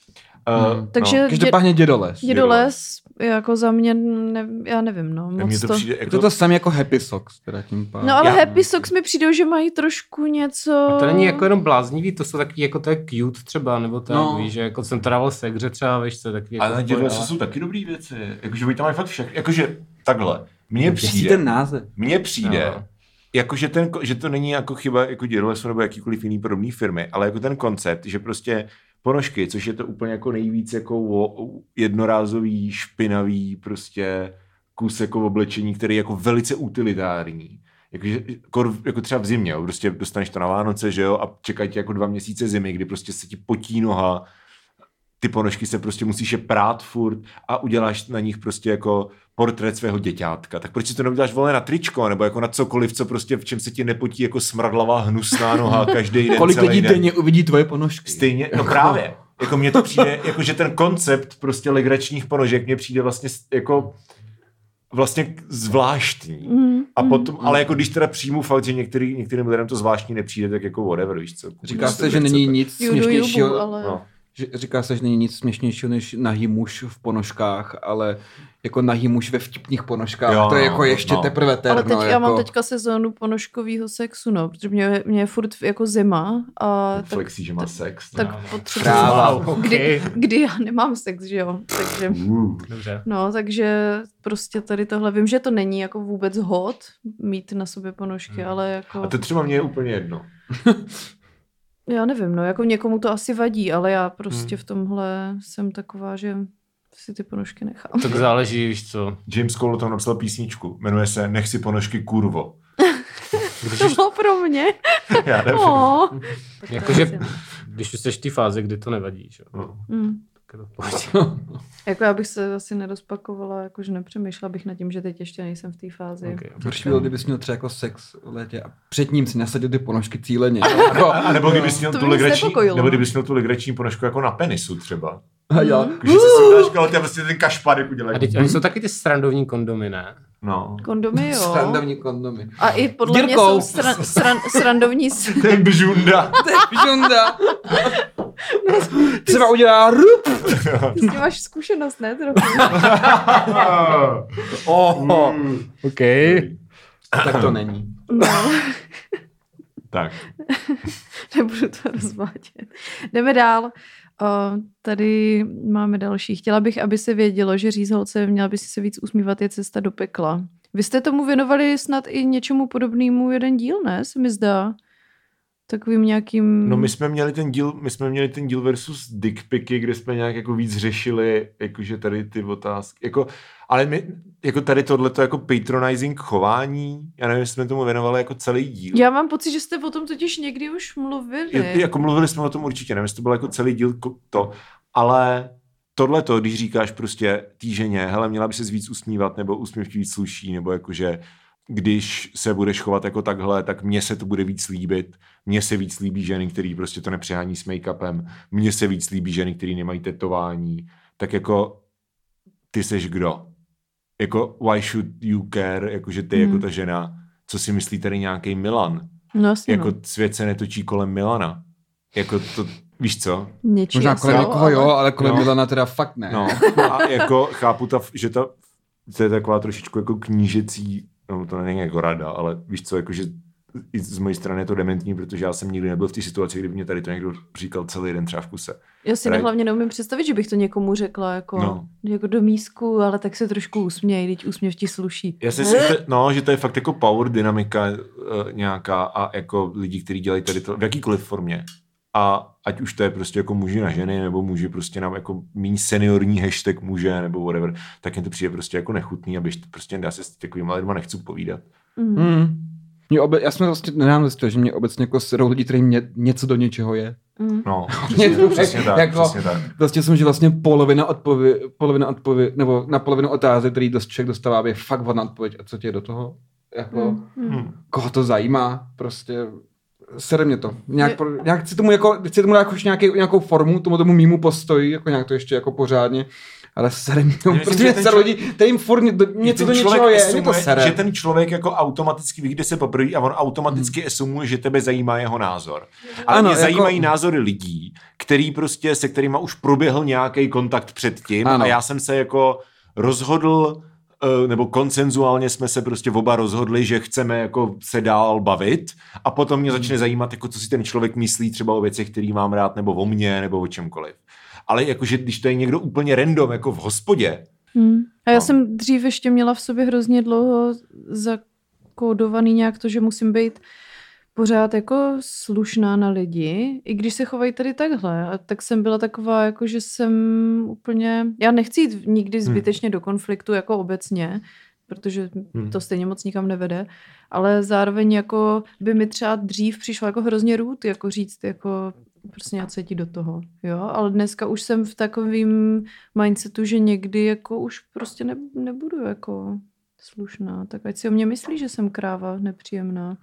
Uh, hmm. Takže no. Každopádně Dědoles. Dědoles, jako za mě, ne, já nevím, no. Moc to, to... Přijde, jako... to to samé jako Happy Socks, teda tím pádem. No ale já... Happy Socks mi přijdou, že mají trošku něco... A to není jako jenom bláznivý, to jsou taky jako to je cute třeba, nebo to no. víš, že jako jsem trával segře třeba, víš co, taky jako... Ale Dědoles jsou taky dobrý věci, jakože oni tam mají fakt všechny, jakože takhle, mně přijde... ten název. Mně přijde... No. Jakože ten, že to není jako chyba jako Dědolesu nebo jakýkoliv jiný podobný firmy, ale jako ten koncept, že prostě ponožky, což je to úplně jako nejvíc jako jednorázový, špinavý prostě kus jako oblečení, který je jako velice utilitární. Jakože, jako třeba v zimě, jo, prostě dostaneš to na Vánoce, že jo, a čekají tě jako dva měsíce zimy, kdy prostě se ti potí noha, ty ponožky se prostě musíš je prát furt a uděláš na nich prostě jako portrét svého děťátka. Tak proč si to neuděláš vole na tričko, nebo jako na cokoliv, co prostě v čem se ti nepotí jako smradlavá hnusná noha každý den. Kolik lidí den. denně uvidí tvoje ponožky? Stejně, no právě. Jako mně to přijde, jako že ten koncept prostě legračních ponožek mně přijde vlastně jako vlastně zvláštní. Mm, a potom, mm. ale jako když teda přijmu fakt, že některý, některým lidem to zvláštní nepřijde, tak jako whatever, víš co. Říká se, že není nic směšnějšího. Ale... No. že říká se, že není nic směšnějšího než nahý muž v ponožkách, ale jako nahý muž ve vtipných ponožkách, jo, to je jako no, ještě no. teprve terno. Ale teď jako... já mám teďka sezónu ponožkovýho sexu, no, protože mě, mě je furt jako zima. A tak, flexí, že má sex. Tak no. potřebuji, wow, kdy, okay. kdy já nemám sex, že jo, takže... Uh. Dobře. No, takže prostě tady tohle, vím, že to není jako vůbec hot mít na sobě ponožky, hmm. ale jako... A to třeba mě je úplně jedno. Já nevím, no, jako někomu to asi vadí, ale já prostě hmm. v tomhle jsem taková, že si ty ponožky nechám. Tak záleží, víš co. James Cole tam napsal písničku, jmenuje se Nech si ponožky kurvo. To bylo pro mě. Já nevím. Oh, Jakože, když už jsi v té fázi, kdy to nevadí, že? No. Mm. Tak je to pohodě. Jako já bych se asi nerozpakovala, jakože nepřemýšlela bych nad tím, že teď ještě nejsem v té fázi. Okay, horší bylo, kdybys měl třeba jako sex v létě a před ním si nasadil ty ponožky cíleně. A, a nebo kdybys měl to tu legrační, nepokojilo, nebo no. kdybys měl tu legrační ponožku jako na penisu třeba. A já. Mm. Když si sundáš kalhoty a vlastně ten kašpárek udělají. A teď oni jsou taky ty srandovní kondomy, ne? No. Kondomy, jo. Srandovní kondomy. A i podle mě jsou sran, sran, srandovní... Ten bžunda. Ten bžunda. Třeba udělá rup. Ty s tím máš zkušenost, ne? Trochu. oh, mm. OK. Tak to není. No. Tak. Nebudu to rozvádět. Jdeme dál. O, tady máme další. Chtěla bych, aby se vědělo, že řízholce měla by si se víc usmívat, je cesta do pekla. Vy jste tomu věnovali snad i něčemu podobnému jeden díl, ne? Se mi zdá. Takovým nějakým... No my jsme měli ten díl, my jsme měli ten díl versus dickpiky, kde jsme nějak jako víc řešili, jakože tady ty otázky, jako, ale my, jako tady tohleto jako patronizing chování, já nevím, jestli jsme tomu věnovali jako celý díl. Já mám pocit, že jste o tom totiž někdy už mluvili. Je, jako mluvili jsme o tom určitě, nevím, jestli to bylo jako celý díl to, ale tohleto, když říkáš prostě tý ženě, hele, měla by se víc usmívat, nebo úsměv víc sluší, nebo jakože když se budeš chovat jako takhle, tak mně se to bude víc líbit. Mně se víc líbí ženy, který prostě to nepřehání s make-upem. Mně se víc líbí ženy, který nemají tetování. Tak jako ty seš kdo? Jako why should you care? Jakože ty hmm. jako ta žena, co si myslí tady nějaký Milan? No jasně, jako no. Svět se netočí kolem Milana. Jako to, víš co? Něčí možná kolem někoho jo, ale kolem no. Milana teda fakt ne. No. A jako chápu, ta, že ta, to je taková trošičku jako knížecí, no to není jako rada, ale víš co, jakože i z mojí strany je to dementní, protože já jsem nikdy nebyl v té situaci, kdy mě tady to někdo říkal celý den třeba v kuse. Já si right. hlavně neumím představit, že bych to někomu řekla jako, no. jako do mísku, ale tak se trošku usměj, teď úsměv ti sluší. Já si myslím, že, no, že to je fakt jako power dynamika uh, nějaká a jako lidi, kteří dělají tady to v jakýkoliv formě. A ať už to je prostě jako muži na ženy, nebo muži prostě na jako míň seniorní hashtag muže, nebo whatever, tak jen to přijde prostě jako nechutný, abyš prostě já se s takovýma lidma nechci povídat. Mm. Mm. Mě obe, já jsem vlastně nedávno zjistil, že mě obecně jako serou lidi, kterým mě, něco do něčeho je. Mm. No, přesně, přesně tak, jako, přesně tak. Vlastně jsem, že vlastně polovina odpověď, polovina odpověď, nebo na polovinu otázek, který dost člověk dostává, je fakt vadná odpověď. A co tě je do toho? Jako, Mm. koho to zajímá? Prostě sere mě to. Nějak, je... nějak chci tomu, jako, chci tomu dát nějaký, nějakou formu, tomu tomu mýmu postoji, jako nějak to ještě jako pořádně. Ale sere mě, Myslím, prostě se člo... lidi, kterým furt do, něco do něčeho je, mě to sere. Že ten člověk jako automaticky ví, kde se poprvé a on automaticky hmm. esumuje, že tebe zajímá jeho názor. Ale ano, mě jako... zajímají názory lidí, který prostě, se kterýma už proběhl nějaký kontakt předtím ano. A já jsem se jako rozhodl, nebo konsenzuálně jsme se prostě oba rozhodli, že chceme jako se dál bavit a potom mě začne zajímat, jako co si ten člověk myslí třeba o věcech, který mám rád, nebo o mně, nebo o čemkoliv. Ale jakože když to je někdo úplně random, jako v hospodě. Hmm. A já no. jsem dřív ještě měla v sobě hrozně dlouho zakódovaný nějak to, že musím být pořád jako slušná na lidi, i když se chovají tady takhle. A tak jsem byla taková, jako že jsem úplně... Já nechci jít nikdy zbytečně hmm. do konfliktu jako obecně, protože hmm. to stejně moc nikam nevede, ale zároveň jako by mi třeba dřív přišlo jako hrozně růd, jako říct jako prostě nějak cítit do toho, jo, ale dneska už jsem v takovém mindsetu, že někdy jako už prostě ne, nebudu jako slušná, tak ať si o mě myslí, že jsem kráva nepříjemná.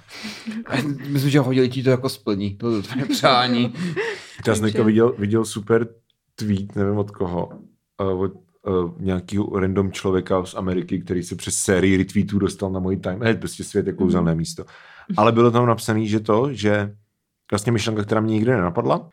Myslím, že hodili ti to jako splní, to tvoje přání. Já jsem viděl, viděl super tweet, nevím od koho, uh, od uh, nějakého random člověka z Ameriky, který se přes sérii retweetů dostal na můj time, eh, prostě svět je kouzelné mm. místo. Ale bylo tam napsané, že to, že vlastně myšlenka, která mě nikdy nenapadla,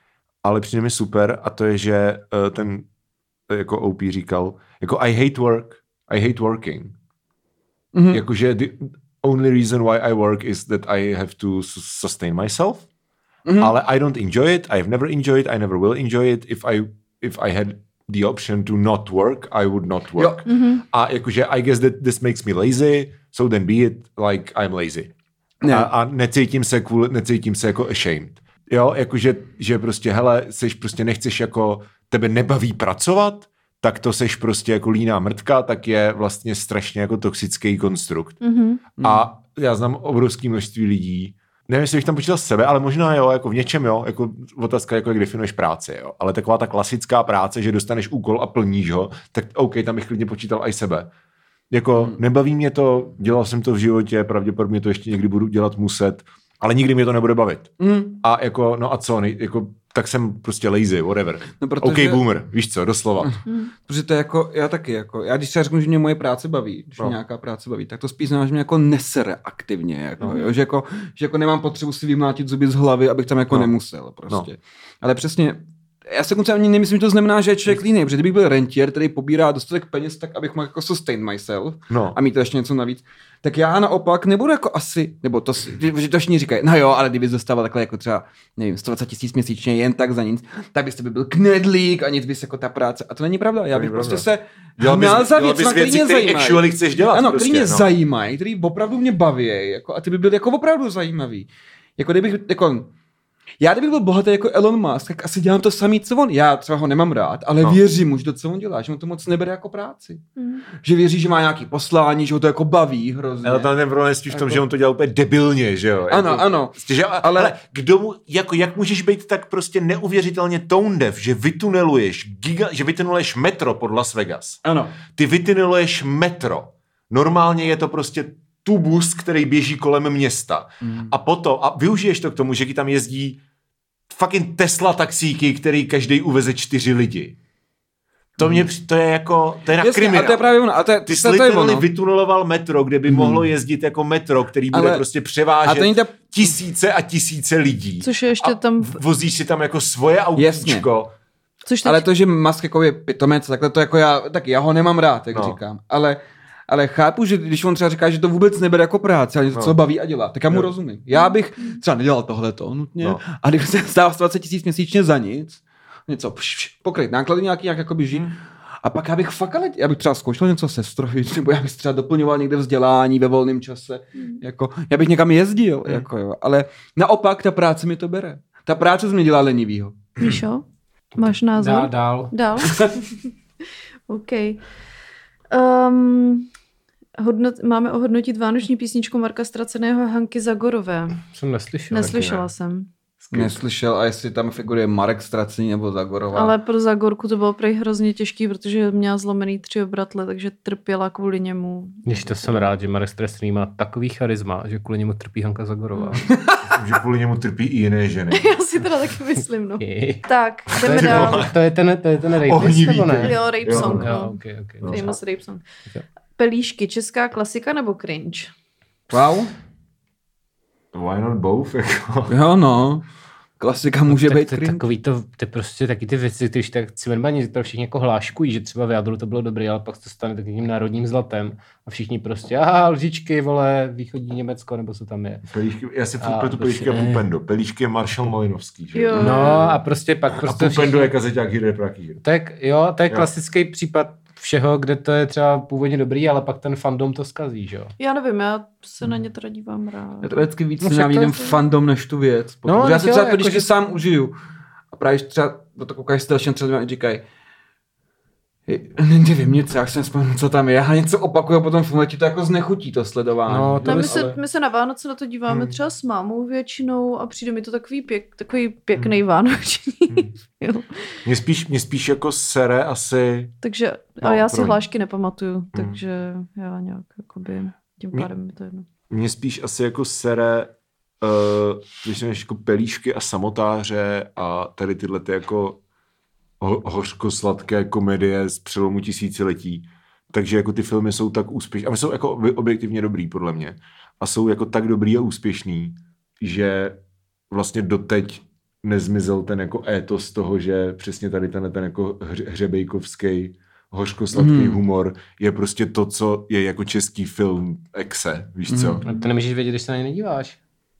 ale přijde mi super a to je, že uh, ten jako O P říkal, jako I hate work, I hate working. Mm-hmm. Jakože the only reason why I work is that I have to sustain myself, mm-hmm. ale I don't enjoy it, I've never enjoyed it, I never will enjoy it. If I, if I had the option to not work, I would not work. Mm-hmm. A jakože I guess that this makes me lazy, so then be it, like I'm lazy. Ne. A, a necítím se kvůli, necítím se jako ashamed. Jo, jakože, že prostě, hele, seš prostě nechceš jako, tebe nebaví pracovat, tak to seš prostě jako líná mrtka, tak je vlastně strašně jako toxický konstrukt. Mm-hmm. A já znám obrovské množství lidí, nevím, jestli bych tam počítal sebe, ale možná jo, jako v něčem jo, jako otázka, jako jak definuješ práci, jo. Ale taková ta klasická práce, že dostaneš úkol a plníš ho, tak OK, tam bych klidně počítal i sebe. Jako mm. nebaví mě to, dělal jsem to v životě, pravděpodobně to ještě někdy budu dělat muset, ale nikdy mě to nebude bavit. Mm. A jako, no a co, nej, jako, tak jsem prostě lazy, whatever. No, protože... OK, boomer, víš co, doslova. Mm. Protože to je jako, já taky, jako, já když se řeknu, že mě moje práce baví, když no. mě nějaká práce baví, tak to spíš znamená, že mě jako nesere aktivně, jako, no. jo, že, jako, že jako nemám potřebu si vymlátit zuby z hlavy, abych tam jako no. nemusel, prostě. No. Ale přesně, já se konce ani nemyslím, že to znamená, že je člověk línej, protože kdybych byl rentier, který pobírá dostatek peněz, tak abych mohl jako sustain myself no. a mít ještě něco navíc, tak já naopak nebudu jako asi, nebo to, že to všichni říkají, no jo, ale kdybys dostával takhle jako třeba, nevím, sto dvacet tisíc měsíčně jen tak za nic, tak byste by byl knedlík a nic bys jako ta práce. A to není pravda, já bych to prostě se hmál za věc, na který mě zajímají. Chceš dělat ano, prostě, který mě no. zajímají, který opravdu mě baví, jako, a ty by byl jako opravdu zajímavý. Jako kdybych, jako, já kdybych byl bohatý jako Elon Musk, tak asi dělám to samý, co on. Já třeba ho nemám rád, ale no. věřím mu, že to, co on dělá, že mu to moc nebere jako práci. Mm. Že věří, že má nějaký poslání, že ho to jako baví hrozně. Ale tam ten problém spíš v tom, jako... že on to dělá úplně debilně, že jo? Ano, jako, ano. Že, ale, ale kdo mu, jako, jak můžeš být tak prostě neuvěřitelně tone deaf, že vytuneluješ, giga, že vytuneluješ metro pod Las Vegas. Ano. Ty vytuneluješ metro. Normálně je to prostě tubus, který běží kolem města. Mm. A potom, a využiješ to k tomu, že ti tam jezdí fucking Tesla taxíky, který každý uveze čtyři lidi. To mě, to je jako, to je na kriminál. A to je právě ono. A to je, Ty jsi literally vytuneloval metro, kde by mm. mohlo jezdit jako metro, který bude ale, prostě převážet ta... tisíce a tisíce lidí. Což je ještě a tam... vozíš si tam jako svoje autíčko. Což teď... Ale to, že Musk jako je pitomec, takhle to jako já, tak já ho nemám rád, jak no. říkám. Ale Ale chápu, že když on třeba říká, že to vůbec nebere jako práce, ale něco, no. co baví a dělá, tak já mu no. rozumím. Já bych třeba nedělal tohleto nutně, no. a když se stával dvacet tisíc měsíčně za nic, něco pš, pš, pokryt náklady nějaký, nějak jakoby žít, hmm. a pak já bych fakt, ale já bych třeba zkoušel něco sestrojit, nebo já bych třeba doplňoval někde vzdělání ve volném čase, hmm. jako, já bych někam jezdil, hmm. jako jo, ale naopak ta práce mi to bere. Ta práce z mě dělá lenivýho. Míšo, máš názor? Dál, dál. Dál? OK. Um, hodnot, máme ohodnotit vánoční písničku Marka Ztraceného a Hanky Zagorové. Jsem neslyšel. Neslyšela ne. jsem. Neslyšel, a jestli tam figuruje Marek Ztracený nebo Zagorová. Ale pro Zagorku to bylo prej hrozně těžký, protože měla zlomený tři obratle, takže trpěla kvůli němu. Když to jsem rád, že Marek Ztracený má takový charisma, že kvůli němu trpí Hanka Zagorová. Že kvůli němu trpí i jiné ženy. Já si teda taky myslím, no. Tak, jdeme dál. To je ten, to je ten rape nebo ne? Jo, rape song, jo, no. okay, okay, no. Famous rape song. Okay. Pelíšky, česká klasika nebo cringe? Wow. Why not both? Jo, no. Klasika může no, být tak, cringe. Takový to, ty prostě taky ty věci, když tak Cimrmani to všichni jako hláškují, že třeba v jádru to bylo dobrý, ale pak to stane takovým národním zlatem a všichni prostě, aha, lžičky, vole, východní Německo, nebo co tam je. Pelíšky, já si furt pletu Pelíšky a Pupendo. Pelíšky je Marshall Malinovský, že? Jo. No a prostě pak prostě... A Pupendo je kazeťák Hýre Praký. Tak jo, to je jo. klasický případ všeho, kde to je třeba původně dobrý, ale pak ten fandom to zkazí, že jo? Já nevím, já se na ně teda dívám rád. Já to vždycky víc no, nám jdem fandom než tu věc. No, já se třeba jako, když že... sám užiju. A právě třeba do to koukáš strašně třeba a říkají, nevím nic, jak jsem vzpomněl, co tam je. Já něco opakuju a potom v ti to jako znechutí to sledování. No, to my, se, ale... my se na Vánoce na to díváme hmm. třeba s mámou většinou a přijde mi to takový, pěk, takový pěkný hmm. vánoční. Hmm. mě, spíš, mě spíš jako sere asi... Takže, no, a já si hlášky nepamatuju, hmm. takže já nějak jakoby, tím pádem mi to jedno. Mě spíš asi jako sere, uh, když jsem jako Pelíšky a Samotáře a tady tyhle ty jako ho, hořko-sladké komedie z přelomu tisíciletí. Takže jako ty filmy jsou tak úspěšné. A jsou jako objektivně dobrý, podle mě. A jsou jako tak dobrý a úspěšný, že vlastně doteď nezmizel ten jako étos toho, že přesně tady ten, ten jako hře, hřebejkovský hořkosladký hmm. humor je prostě to, co je jako český film exe, víš co? Hmm. To nemůžeš vědět, když se na ně nedíváš.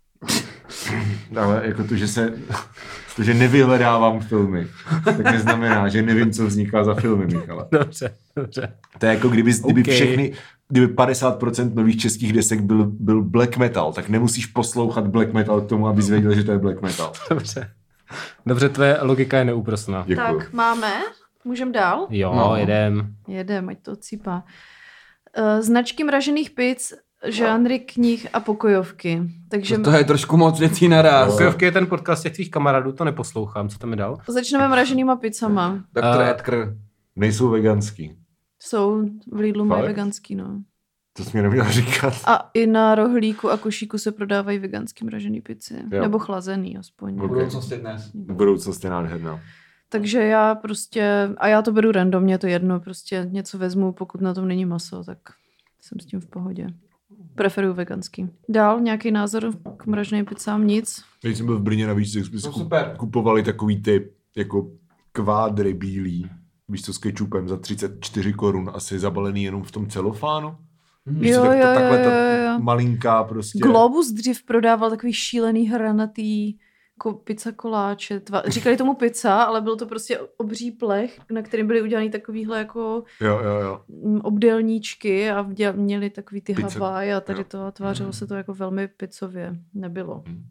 Ale jako to, že se to, že nevyhledávám filmy, tak neznamená, že nevím, co vzniká za filmy, Michala. Dobře, dobře. To je jako kdyby, kdyby okay. všechny, kdyby padesát procent nových českých desek byl, byl black metal, tak nemusíš poslouchat black metal k tomu, abys věděl, že to je black metal. Dobře. Dobře, tvoje logika je neúprosná. Děkuju. Tak máme, můžem dál? Jo, no. jedem. Jedem, ať to cípá. Uh, značky mražených pic, žánry knih a pokojovky. Takže to je trošku moc věcí naraz. Pokojovky je ten podcast těch tvých kamarádů, to neposlouchám. Co tam mi dal? začneme mraženýma pizzama. doktor Uh, Edgar. Nejsou veganský. Jsou v Lidlu mají Fakt? veganský, no. To jsi mě neměl říkat. A i na Rohlíku a Košíku se prodávají veganský mražený pici. Jo. Nebo chlazený aspoň. Ok. Budoucnosti dnes. Budoucnost je nádherná. Takže já prostě, a já to beru random, mě to jedno, prostě něco vezmu, pokud na tom není maso, tak jsem s tím v pohodě. Preferuju veganský. Dál nějaký názor k mraženým pizzám? Nic. Když jsem byl v Brně na výšce, tak jsme si No super. kupovali takový ty jako kvádry bílý, víš co, s kečupem za třicet čtyři korun, asi zabalený jenom v tom celofánu. Víš Jo, co, tak, jo, ta, takhle jo, ta jo, jo. malinká prostě. Globus dřív prodával takový šílený hranatý ko, pizza koláče. Tva, říkali tomu pizza, ale byl to prostě obří plech, na kterém byly udělaný takovýhle jako Jo, jo, jo. mm, obdélníčky a vděl, měli takový ty Pizza. Hawaii a tady Jo. to a tvářilo se to jako velmi pizzově. Nebylo. Hmm.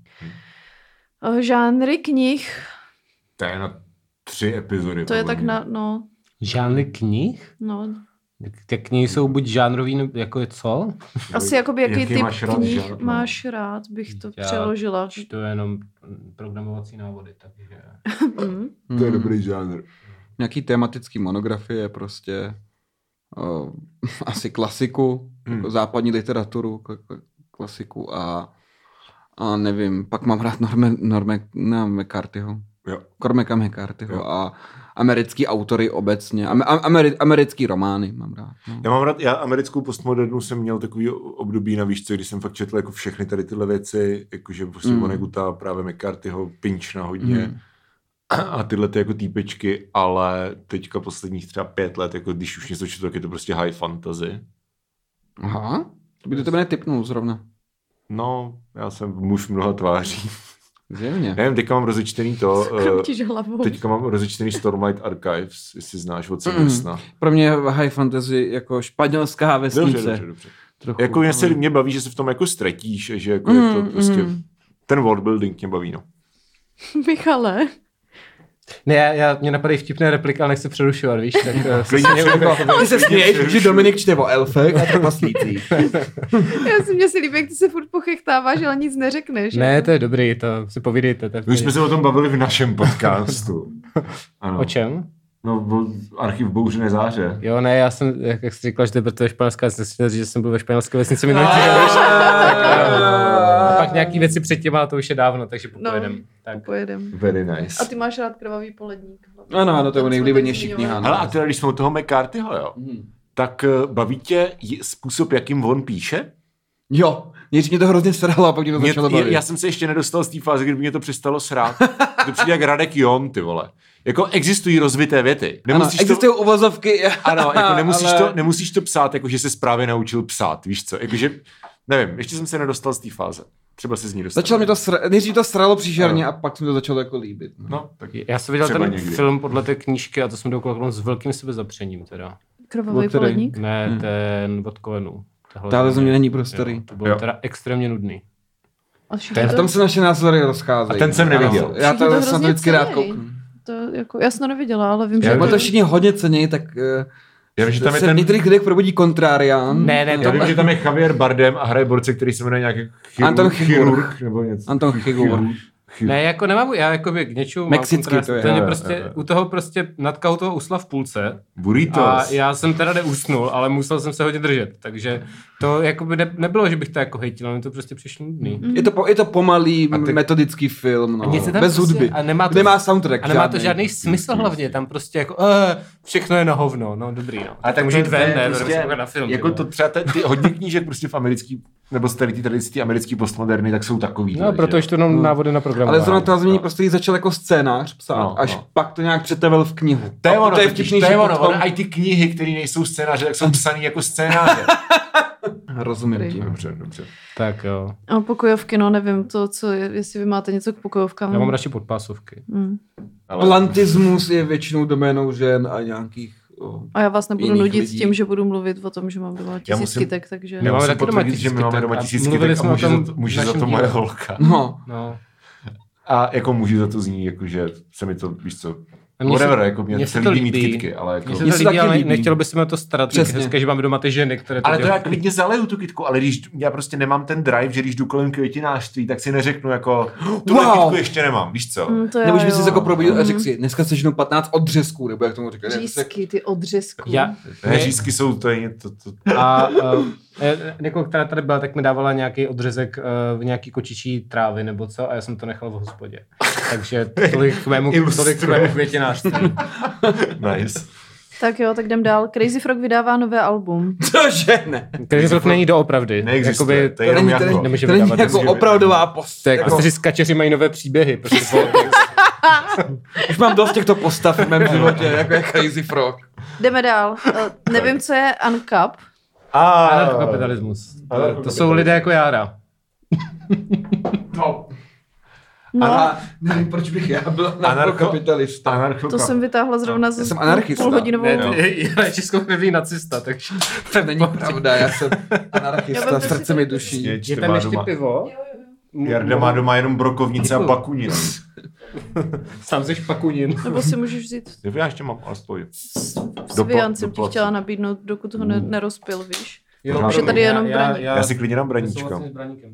Uh, žánry knih, To je na tři epizody. to je podle tak mě. na, no, Žánry knih? no, Ty knihy jsou buď žánrový, nebo jako je co? asi jakoby jaký, Jaký typ máš rád knih žánr, no? máš rád, bych to Já přeložila. To je jenom programovací návody, takže... Mm. To je Hmm. dobrý žánr. Nějaký tematický monografie prostě uh, asi klasiku, Hmm. jako západní literaturu, k- k- klasiku a, a nevím, pak mám rád Norme, Norme na McCarthyho. Jo. Cormaca McCarthyho Jo. a americký autory obecně. Am, ameri, americký romány mám rád. No. Já mám rád, já americkou postmodernu jsem měl takový období na výšce, kdy jsem fakt četl jako všechny tady tyhle věci, jakože prostě Mm. Voneguta, právě McCarthyho, Pinchna hodně Mm. a tyhle ty jako týpečky, ale teďka posledních třeba pět let, jako když už něco čtu, tak je to prostě high fantasy. Aha, to by to tebe netipnul zrovna. No, já jsem muž mnoha tváří. Zjevně. Nevím, teďka mám rozečtený to, eh, Kroutíš hlavou. teďka mám rozečtený Stormlight Archives, jestli znáš od Seversna. Mm. Pro mě high fantasy jako španělská vesnice. Dobře, dobře, dobře. Trochu, Jako mě, se, ale- mě baví, že se v tom jako ztratíš, že jako je to Mm, prostě, mm. ten worldbuilding mě baví, no. Michale. Ne, já, já mě napadají vtipné repliky, ale nechci přerušovat, víš? Tak, eh, Klidně se mě přerušuj. jako- Ty se směješ, že Dominik čte o elfech a trpaslících. Já si mě si líbí, jak ty se furt pochechtáváš, ale nic neřekneš. Ne, to je dobrý, to si povídejte. To je My jsme se o tom bavili v našem podcastu. Ano. O čem? No, byl archiv Bouřené záře. Jo, ne, já jsem, jak, jak jsi říkal, že to je španělská vesnice, že jsem byl ve španělské vesnici minulý týden. A pak nějaký věci předtím, ale to už je dávno, takže popojedem. No. Tak. Pojedem. Very nice. A ty máš rád krvavý poledník. Ano, ano, to je Ten nejvlíbenější jsme kniha. teď Hele, a teda, když jsme u toho McCarthyho, jo, Hmm. tak uh, baví tě j- způsob, jakým on píše? Jo, než mě to hrozně sralo a pak mě to Mě, začalo já, bavit. já jsem se ještě nedostal z té fáze, kdy mě to přestalo srát. To přijde jak Radek Jon, ty vole. Jako existují rozvité věty. Ano, existují uvozovky. Ano, jako nemusíš, ale... to, nemusíš to psát, jako že se právě naučil psát, víš co? Jakože, nevím, ještě jsem se nedostal z té fáze. Třeba se z ní dostal. Začalo mě to, sra... nejdřív to sralo příšerně a pak se mi to začalo jako líbit. No. No, tak Já jsem viděl Třeba ten někdy. film podle té knížky a to jsem dokoukal s velkým sebezapřením teda. Krvavý O který? poledník? Ne, Hmm. ten od Coenů. Tahle země není pro starý. Jo, to bylo Jo. teda extrémně nudný. A všichni Ten to- V tom se naše názory rozcházejí. A ten jsem neviděl. Ano, já Všichni to, to jsem to hrozně vždycky rád ceněj. kouknu. To jako, já jsem to neviděla, ale vím, Já že... Jak to všichni hodně cení, tak uh, já vím, že tam je se ten... v některých lidech probudí kontrárián. Ne, ne, Já to vím, že tam je Javier Bardem a hraje borce, který se jmenuje nějaký chirurg, Anton Chigurh. chirurg nebo něco. Anton Chigurh. Ne, jako nemám, já jako k něčemu Mexický mám to je. To je Jo, prostě, jo, jo. u toho prostě natka u toho usla v půlce Burritos. a já jsem teda neusnul, ale musel jsem se hodně držet, takže to jako by ne, nebylo, že bych to jako hejtil, ale mi to prostě přišlo nudný. Mm. Je to, po, je to pomalý, A ty- metodický film, no. A nic je tam Bez prostě- hudby. a nemá to- Nemá soundtrack A nemá to žádnej. žádný smysl hlavně, tam prostě jako uh, všechno je na hovno, no dobrý, no. A tak může jít ven, ne, prostě, na film. jako to třeba ty, ty hodně knížek prostě v americký, nebo z tady ty, tady ty americký postmoderny, tak jsou takový. No, protože to jenom návody na program. Ale zrovna to změní prostě začal jako scénář psát, no, až no. pak to nějak přetavil v knihu. To je ono, to je totiž, vtipný, to je že ono, potom... ono, i ty knihy, které nejsou scénáře, tak jsou psaný jako scénáře. Rozumím tím. Dobře, dobře. Tak jo. A pokojovky, no nevím, to, co, jestli vy máte něco k pokojovkám. Já mám radši podpásovky. Hmm. Ale... Plantismus je většinou doménou žen a nějakých... O, a já vás nebudu jiných nudit lidí. tím, že budu mluvit o tom, že mám doma tisíc musím- kytek, takže... Já Já máme musím taky doma potvrdit, že my máme kytek doma a tisíc mluvili kytek a jsme o může tom za to, může v za to našem moje díle. holka. No. No. A jako může za to zní, jakože se mi to, víš co, Mně se- whatever, jako mě, mně se se to líbí mít líbí. kytky, ale jako... Mně se Mně to se líbí, taky ale líbí. nechtělo by se mi to starat, Přesně. hezké, že máme doma ty ženy, které to Ale to dělají. já klidně zaleju tu kytku, ale když já prostě nemám ten drive, že když jdu kolem květinářství, tak si neřeknu jako, tuhle Wow. kytku ještě nemám, víš co? Mm, to já, Nebo že bys jo. si jako probudil a Mm. řekl si, dneska se jenom patnáct odřezků, nebo jak tomu říkají. Řízky, ty odřezku. Já, Ne, řízky jsou, to je to, to, a uh, někoho, která tady byla, tak mi dávala nějaký odřezek uh, v nějaký kočičí trávy nebo co a já jsem to nechal v hospodě. Takže tolik k mému, tolik k mému květinářství. nice. Tak jo, tak jdem dál. Crazy Frog vydává nové album. Cože ne? Crazy Frog není doopravdy. Neexistuje, Jakoby, to je jenom není, to jako. není, nemůže to není vydávat jako desky. opravdová post. tak Jako, prostě skačeři mají nové příběhy. Prostě už mám dost těchto postav v mém životě, jako je Crazy Frog. Jdeme dál. Uh, nevím, co je Uncap. A anarchokapitalismus. To, to jsou lidé jako Jára. No. No, A nevím, proč bych já byl anarchokapitalista. Anarcho, to jsem vytáhla zrovna ze jsem anarchista. půlhodinovou... Ne, ty je českokrevný nacista, takže... To není pravda, já jsem Já anarchista, vím, srdce že mi si- duší. Je tam ještě pivo? Jarda má doma jenom brokovnice a bakuniny. Sám seš pakunin. Nebo si můžeš vzít Jo, já ještě mám, ale stojí. s, s Do Vian pla- jsem do ti placu. chtěla nabídnout, dokud ho ne, nerozpil, víš. Jo, Že tady je jenom braník. Já si klidně dám braníčko.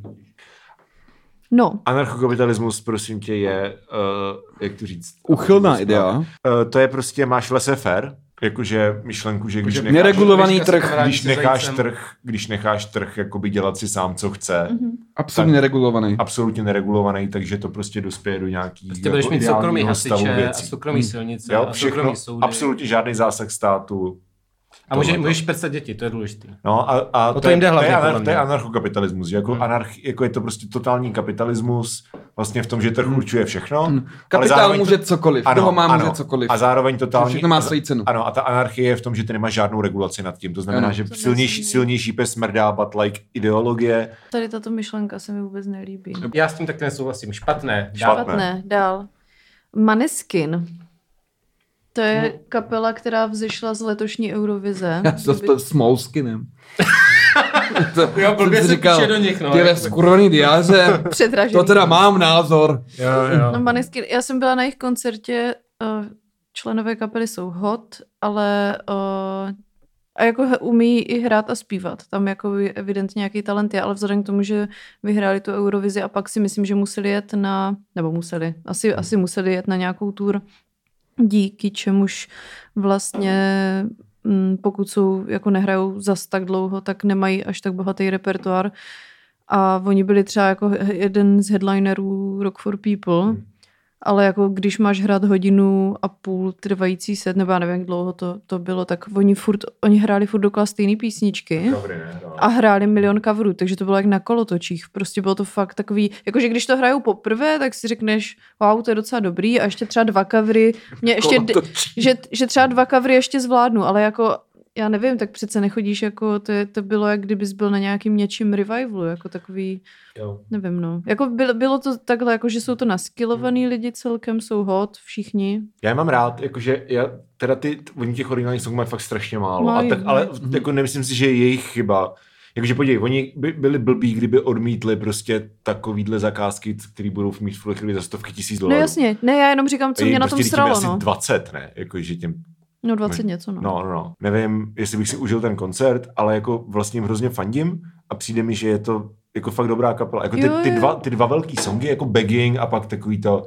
No, Anarchokapitalismus, prosím tě, je, uh, jak to říct? Uchylná idea. Uh, to je prostě, máš laissez-faire, jakože myšlenku, že když necháš, Neregulovaný trh. když necháš trh, když necháš trh jakoby dělat si sám, co chce, Mhm. Absolutně neregulovaný. absolutně neregulovaný, takže to prostě dospěje do nějaký Prostě budeš mít soukromý hasiče a věcí. soukromý silnice Jo, a všechno, soukromý soudy. absolutně žádný zásah státu. A může, tohle. můžeš prstat děti, to je důležitý. No a, a to to, je, jim jde to, hlavně, je, podle anar, mě. to je anarchokapitalismus, že jako, Hmm. anarch, jako je to prostě totální kapitalismus, vlastně v tom, že trh určuje všechno. Hmm. ale Kapitál zároveň může to- cokoliv, ano, toho má ano. může cokoliv. A zároveň totální... Všechno má a- svoji cenu. Ano, a ta anarchie je v tom, že ty nemáš žádnou regulaci nad tím. To znamená, Ano. že To silnější, nesmí. silnější pes smrdá, but like ideologie. tady tato myšlenka se mi vůbec nelíbí. Já s tím taky nesouhlasím. Špatné. Špatné. Špatné, dál. Maneskin. To je kapela, která vzešla z letošní Eurovize. Já jsem spil s Moleskinem. Jo, blbě se píše do nich, no, Ty ve jako- skurvený diáře, Předražený. to teda mám názor. Jo, jo. No, Maneskin, já jsem byla na jejich koncertě, uh, členové kapely jsou hot, ale uh, a jako he- umí i hrát a zpívat. Tam jako evidentně nějaký talent je, ale vzhledem k tomu, že vyhráli tu Eurovizi a pak si myslím, že museli jet na, nebo museli, asi, asi museli jet na nějakou tour, díky čemuž vlastně mm, pokud jsou, jako nehrajou zas tak dlouho, tak nemají až tak bohatý repertoár. A oni byli třeba jako jeden z headlinerů Rock for People, hmm. ale jako když máš hrát hodinu a půl trvající set, nebo já nevím, jak dlouho to, to bylo, tak oni furt, oni hráli furt dokola stejný písničky Dobrý, ne? No. a hráli milion coverů, takže to bylo jak na kolotočích. Prostě bylo to fakt takový, jakože když to hrajou poprvé, tak si řekneš, wow, to je docela dobrý a ještě třeba dva covery, mě ještě, že, že třeba dva covery ještě zvládnu, ale jako já nevím, tak přece nechodíš jako, to, je, to bylo, jak kdybys byl na nějakým něčím revivalu, jako takový, Jo. nevím, no. Jako bylo, bylo to takhle, jako že jsou to naskillovaný lidi celkem, jsou hot, všichni. Já je mám rád, jakože já, teda ty, oni těch originálních songů mají fakt strašně málo, Mají, a tak, ale mají. jako nemyslím si, že je jejich chyba. Jakože podívej, oni by byli blbí, kdyby odmítli prostě takovýhle zakázky, které budou mít v tuhle chvíli za stovky tisíc No dolarů. jasně, ne, já jenom říkám, co Ej, mě na prostě tom tím je sralo, asi no. dvacet, ne? Jakože těm No dvacet něco, no. No, no, no. Nevím, jestli bych si užil ten koncert, ale jako vlastně jim hrozně fandím a přijde mi, že je to jako fakt dobrá kapela. Jako ty, Jo, ty, jo. dva, ty dva velký songy, jako Begging a pak takový to...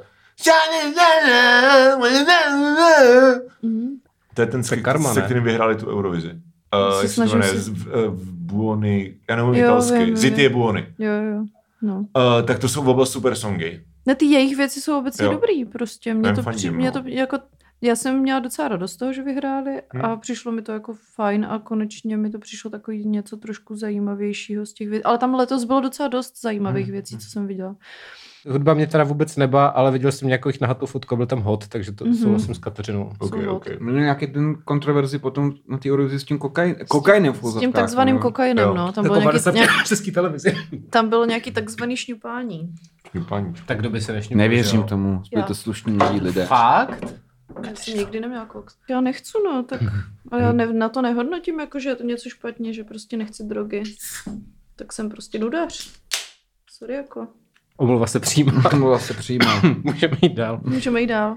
Mhm. To je ten, To je se, Karma, se ne? kterým vyhráli tu Eurovizi. Se Uh, jak se to snažím jmenuje? si- Z- v- v Buony, já nevím Jo, italsky. vím, vím, Zity vím. Buony. Jo, jo, no. Uh, tak to jsou oba super songy. Ne, ty jejich věci jsou obecně Jo. dobrý, prostě. Mě Já to, fandím, při, mě no. to jako Já jsem měla docela radost z toho, že vyhráli Hmm. a přišlo mi to jako fajn a konečně mi to přišlo takový něco trošku zajímavějšího z těch věcí. Ale tam letos bylo docela dost zajímavých Hmm. věcí, co jsem viděla. Hudba mě teda vůbec neba, ale viděl jsem nějakou jich nahatou fotku, byl tam hot, takže to Mhm. souhlasím s Kateřinou. Ok, Jsou ok. Měl nějaký ten kontroverzi potom na té Eurovizi s tím kokain, kokainem v S tím uvozovkách, takzvaným no. kokainem, Jo. no. Tam Jako bylo nějaký, padesát nějak, český televizi. tam bylo nějaký takzvaný šňupání. Šňupání. Tak kdo by se nešňupal, Nevěřím že jo? tomu, byli Já. to slušní mladí lidé. Fakt? Já jsem nikdy neměla koks. Já nechci, no, tak a já ne, na to nehodnotím, jako, že je to něco špatně, že prostě nechci drogy. Tak jsem prostě dudař. Sorry, jako. Omluva se přijímá. To se přijímá. Můžeme jít dál. Můžeme jít dál. Uh,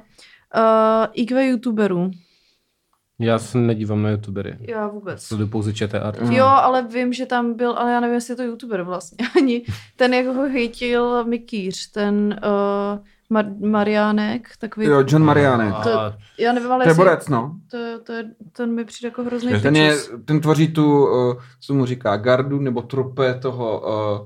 I Q youtuberů. Já se nedívám na youtubery. Já vůbec. Sleduju pouze ČT Mm. Jo, ale vím, že tam byl, ale já nevím, jestli je to youtuber vlastně ani. Ten, jak ho hejtil Mikýř, ten uh, Mar- Mariánek, takový... Jo, John Mariánek. To, já nevím, ale To je jestli... borec, no. To, to je, ten mi přijde jako hrozný Ten, je, pičus. ten tvoří tu, uh, co mu říká, gardu nebo trupe toho,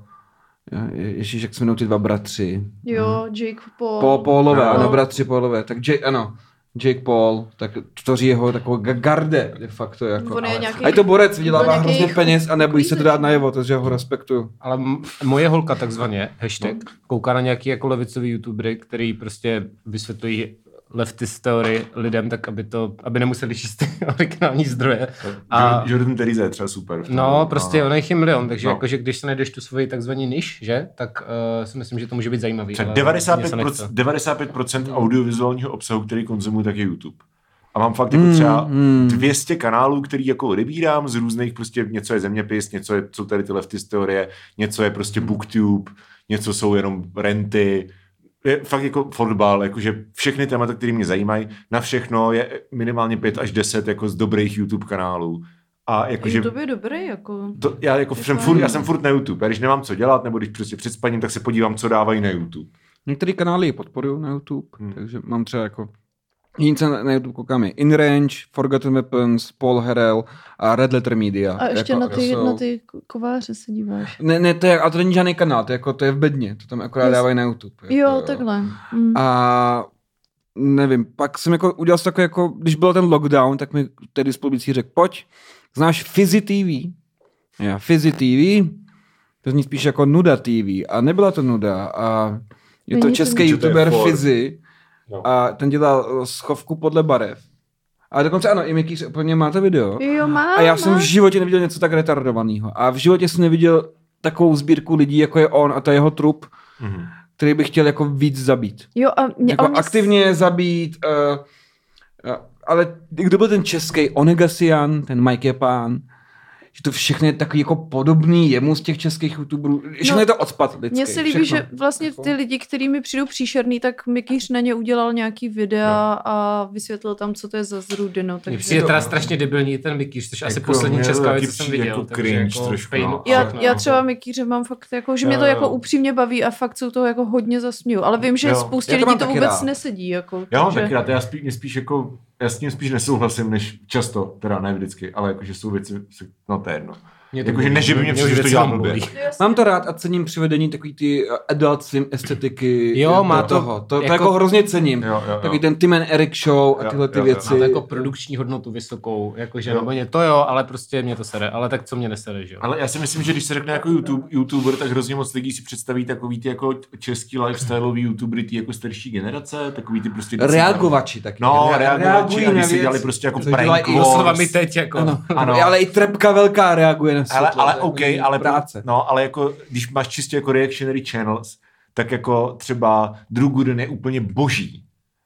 uh, ježíš, jak se jmenují ty dva bratři. Jo, Jake Paul. Paul, Paulové, No. ano, bratři Paulové. Tak Jake, ano, Jake Paul, tak tvoří jeho takovou ga- garde, de facto. Jako. On je ale- nějaký... A je to borec, vydělává byl nějaký hrozně peněz a nebojí se to dát uklízeč, najevo, takže ho respektuju. Ale m- moje holka takzvaně, hashtag, kouká na nějaký jako levicový youtubery, který prostě vysvětlují leftist teorii lidem, tak aby to, aby nemuseli číst ty originální zdroje. A Jordan Teresa je třeba super. v tom. no, prostě No. ono jich je milion, takže No. jakože když se najdeš tu svoji takzvaný niž, že, tak uh, si myslím, že to může být zajímavý. Třeba ale devadesát mně pět se procent, nechce. devadesát pět procent audiovizuálního obsahu, který konzumuju, tak je YouTube. A mám fakt jako Mm, třeba mm. dvě stě kanálů, který jako odebírám z různých, prostě něco je zeměpis, něco je, jsou tady ty leftist teorie, něco je prostě booktube, něco jsou jenom renty, je fakt jako fotbal, jakože všechny témata, které mě zajímají, na všechno je minimálně pět až deset jako z dobrých YouTube kanálů. A jakože YouTube je dobrý, jako... to, já, jako Je jsem fajn. furt, já jsem furt na YouTube. Já když nemám co dělat, nebo když prostě před spaním, tak se podívám, co dávají na YouTube. Některé kanály podporují na YouTube, Hmm. takže mám třeba jako jiný, co na na YouTube koukám je In Range, Forgotten Weapons, Paul Harrell a Red Letter Media. A ještě jako, na, ty, jsou- na ty kováře se díváš. Ne, ne, to je, a to není žádný kanál, to je, jako, to je v bedně, to tam akorát Jas- dávají na YouTube. Jako, Jo, takhle. Mm. A nevím, pak jsem jako udělal takový jako, když byl ten lockdown, tak mi tedy spolubicí řekl, pojď, znáš Fizzy T V? Já, Fizzy T V, to zní spíš jako Nuda T V a nebyla to nuda a je to Není to český nuda. youtuber To je for. Fizzy No. a ten dělal schovku podle barev. A dokonce ano, i Mikýř úplně má to video. Jo, má, A já jsem má. v životě neviděl něco tak retardovaného. A v životě jsem neviděl takovou sbírku lidí, jako je on a to jeho trup, Mhm. který bych chtěl jako víc zabít. Jo, a mě, Jako ale mě aktivně je zabít, uh, uh, ale kdo byl ten český Onegasian, ten Mike Japán, že to všechno je takový jako podobný jemu z těch českých youtuberů. Všechno No, je to odpad lidský. Mně se líbí, všechno. že vlastně Jako- ty lidi, kteří mi přijdou příšerný, tak Mikýř na ně udělal nějaký videa a vysvětlil tam, co to je za zrudy, no. Mně Takže... přijde teda strašně debilní ten Mikýř, což asi Jako poslední mě to česká taky věc, co jsem přijde viděl. jako takže cringe trošku, pain- no. Já, všechno, já jako. třeba Mikýře mám fakt jako, že mě Jo, to jako jo. upřímně baví a fakt jsou toho jako hodně zasměju. Ale vím, že Jo. spoustě Já to lidí mám to taky vůbec rád. nesedí. Jako, Já mám takže- taky rád, já spíš, mě spíš jako, já s tím spíš nesouhlasím, než často, teda ne vždycky, ale jakože jsou věci, se- no to je jedno. Mě to Jakože bolí. ne, že by mě Mě přišlo, už že to věci dělám mám blbě. bolí. Mám to rád a cením přivedení takový ty uh, adult swim estetiky Jo, do má to toho. To, to jako- jako hrozně cením. Jo, jo, jo. Takový ten Tim and Eric show a Jo, tyhle ty jo, jo. věci. Má to jako produkční hodnotu vysokou, jakože, Jo. nebo ně, to jo, ale prostě mě to sere, ale tak co mě nesere, že jo. Ale já si myslím, že když se řekne jako YouTube, YouTuber, tak hrozně moc lidí si představí takový ty jako český lifestyleový YouTubery, ty jako starší generace, takový ty prostě... Reagovači taky. No, Rea- reagovači, reagují a na když si věc, dělali prostě jako co prank dělají i- wars. Doslova mi teď, jako. Ano, Ano. ano. Ale i Trepka velká reaguje na světlo. Ale, ale to je OK, jako ale, práce. no, ale jako, když máš čistě jako reactionary channels, tak jako třeba Drew Gooden je úplně boží.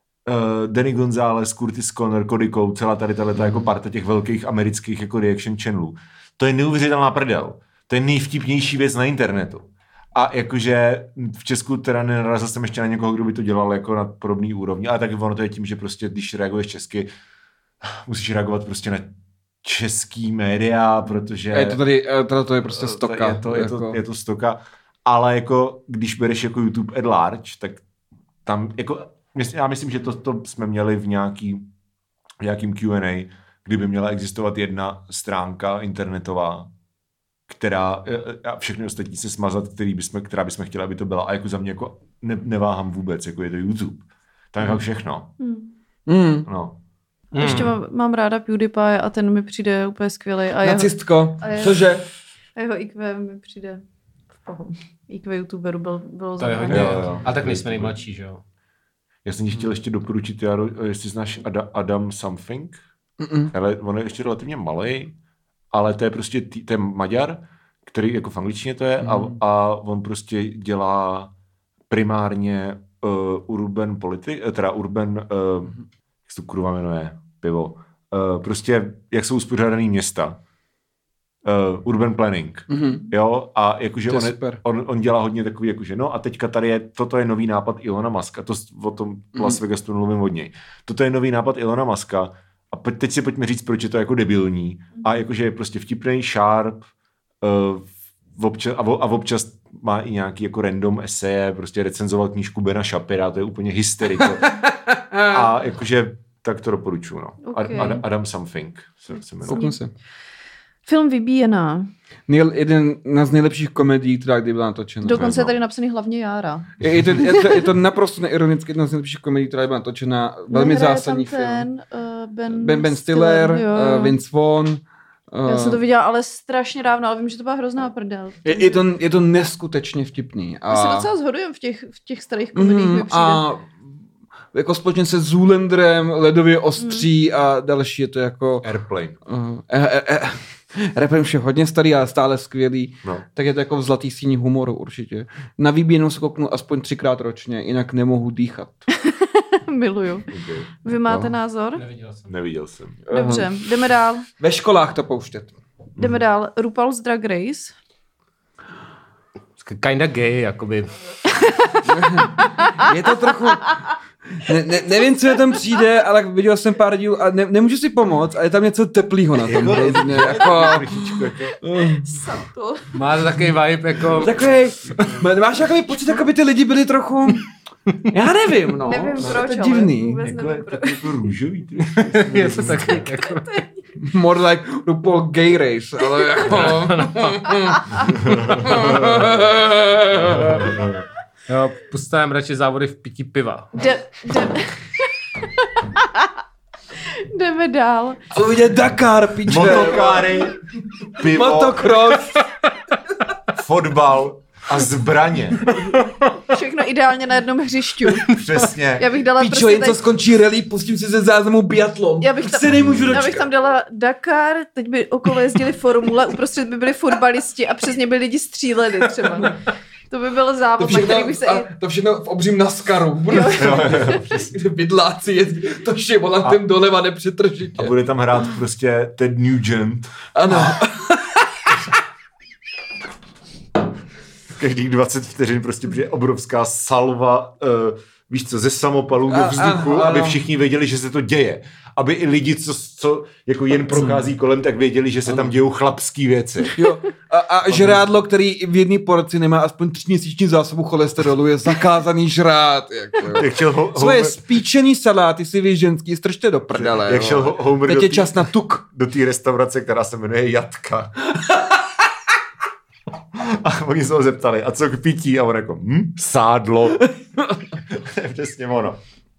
Uh, Danny González, Curtis Conner, Cody Ko, celá tady tato jako parta těch velkých amerických jako reaction channelů. To je neuvěřitelná prdel. To je nejvtipnější věc na internetu. A jakože v Česku teda nenarazil jsem ještě na někoho, kdo by to dělal jako na podobný úrovni, ale tak ono to je tím, že prostě když reaguješ česky, musíš reagovat prostě na český média, protože... A je to tady, eh, teda to je prostě To- stoka. Je to, je, to, jako- je to stoka. Ale jako, když bereš jako YouTube at large, tak tam jako, mysl- já myslím, že to, to jsme měli v nějaký, v nějakým Q and A, kdyby měla existovat jedna stránka internetová, která a všechny ostatní se smazat, který bychom, která bychom chtěli, aby to byla. A jako za mě jako ne, neváhám vůbec, jako je to YouTube. Tam je fakt všechno. Hmm. Mm. No. Hmm. Ještě mám, mám ráda PewDiePie a ten mi přijde úplně skvělý. A Nacistko, a jeho, cože? A jeho í kvé mi přijde v pohodu. í kvé youtuberu byl, bylo to je hodně, jo, jo. A tak nejsme nejmladší, že jo? Já jsem ti chtěl ještě doporučit, Jaro, jestli znáš Ada, Adam Something. Mm-mm. Ale on je ještě relativně malej, ale to je prostě, tý, to je Maďar, který jako v angličtině to je mm. a, a on prostě dělá primárně uh, urban politik, teda urban, uh, jak se to kurva jmenuje, pivo, uh, prostě jak jsou uspořádaný města. Uh, urban planning, mm-hmm. jo, a jakože on, on, on dělá hodně takový, jakože no a teďka tady je, toto je nový nápad Ilona Muska, to o tom mm-hmm. Las Vegasu mluvím od něj, toto je nový nápad Ilona Muska a po, teď si pojďme říct, proč je to jako debilní a jakože je prostě vtipnej, sharp uh, občas, a, a občas má i nějaký jako random eseje, prostě recenzoval knížku Bena Shapira, to je úplně hysteriko a jakože tak to doporučuji, no. Okay. Ad, Adam Something se, se jmenuje. se. Film Vybíjená. Nejl, jeden z nejlepších komedií, která kdy byla natočena. Dokonce je tady napsaný hlavně Jára. Je, je, to, je, to, je to naprosto neironicky jedna z nejlepších komedií, která byla natočena. Velmi Nehraje zásadní tam film. Ten, uh, Ben, ben, ben Stiller, Stiller uh, Vince Vaughn. Uh, Já jsem to viděla, ale strašně dávno, ale vím, že to byla hrozná prdel. Je, je, to, je to neskutečně vtipný. A... My se docela shodujeme v těch, v těch starých komediích, mm, mi přijde. A jako společně se Zoolanderem, Ledově ostří mm. a další je to jako... Airplane. Uh, eh, eh, eh. Rap už je hodně starý, ale stále skvělý. No. Tak je to jako v zlatý síni humoru určitě. Na Vybíjenou se kouknu aspoň třikrát ročně, jinak nemohu dýchat. Miluju. Okay. Vy máte no. názor? Neviděl jsem. Neviděl jsem. Dobře, uh-huh. jdeme dál. Ve školách to pouštět. Jdeme dál. RuPaul's Drag Race. Kinda gay, jakoby. Je to trochu... Ne, ne, nevím, co je tam přijde, ale viděl jsem pár dílů a ne, nemůžu si pomoct, ale je tam něco teplýho na tom. Ne, jako... Má to takový vibe, jako... Takový... Máš takový pocit, jako by ty lidi byli trochu... Já nevím, no. Nevím no, proč, to je divný. Jako je to jako růžový. Je to taky, jako... More like RuPaul Gay Race, ale jako... Jo, pustám radši závody v pití piva. De, de... Jdeme dál. Co vidět Dakar, piče. Motokáry, pivo, motocross, fotbal a zbraně. Všechno ideálně na jednom hřišťu. Přesně. Já bych dala Pičo, prostě jen tady... co skončí rally, pustím si ze záznamu biatlon. Já bych tam, se nemůžu dočkat. Já bych tam dala Dakar, teď by okolo jezdili formule, uprostřed by byli fotbalisti a přesně by lidi stříleli třeba. To by byl závod, na který bych se... A to všechno v obřím NASCARu. Bude kde bydláci jezdí to šivolantem doleva nepřetržitě. A bude tam hrát prostě Ted Nugent. Ano. Každých dvacet vteřin prostě přijde obrovská salva, uh, víš co, ze samopalů do vzduchu, a, a, aby všichni věděli, že se to děje. Aby i lidi, co, co jako jen prochází kolem, tak věděli, že se ano. tam dějou chlapský věci. Jo. A, a žrádlo, který v jedné porci nemá aspoň tříměsíční zásobu cholesterolu, je zakázaný žrát. Jako, jak šel ho, Svoje Homer... spíčený saláty si vy ženský strčte do prdele. Jak šel Homer teď do je tý, čas na tuk. Do té restaurace, která se jmenuje Jatka. A oni se ho zeptali, a co k pití? A on jako, hm, sádlo. Přesně ono.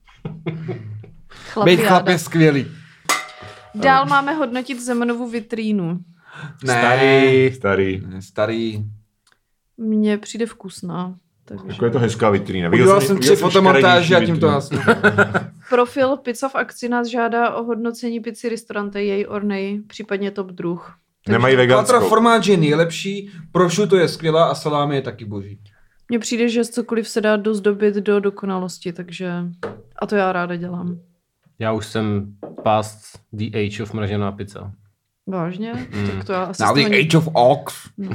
Bejt chlap je skvělý. Dál máme hodnotit Zemanovu vitrínu. Ne, starý. Starý. Ne, starý. Mně přijde vkusná. Takže... Jako je to hezká vitrína. Udělal jsem tři fotomontáže a tím to hasnu. Profil Pizza v akci nás žádá o hodnocení pizzy Ristorante jej or nej, případně top druh. Takže nemají veganskou. Quattro formáč je nejlepší, prosciutto je skvělá a salámy je taky boží. Mně přijde, že cokoliv se dá dozdobit do dokonalosti, takže a to já ráda dělám. Já už jsem past the age of mražená pizza. Vážně? Mm. Tak to já asi Now the ně... age of ox. No.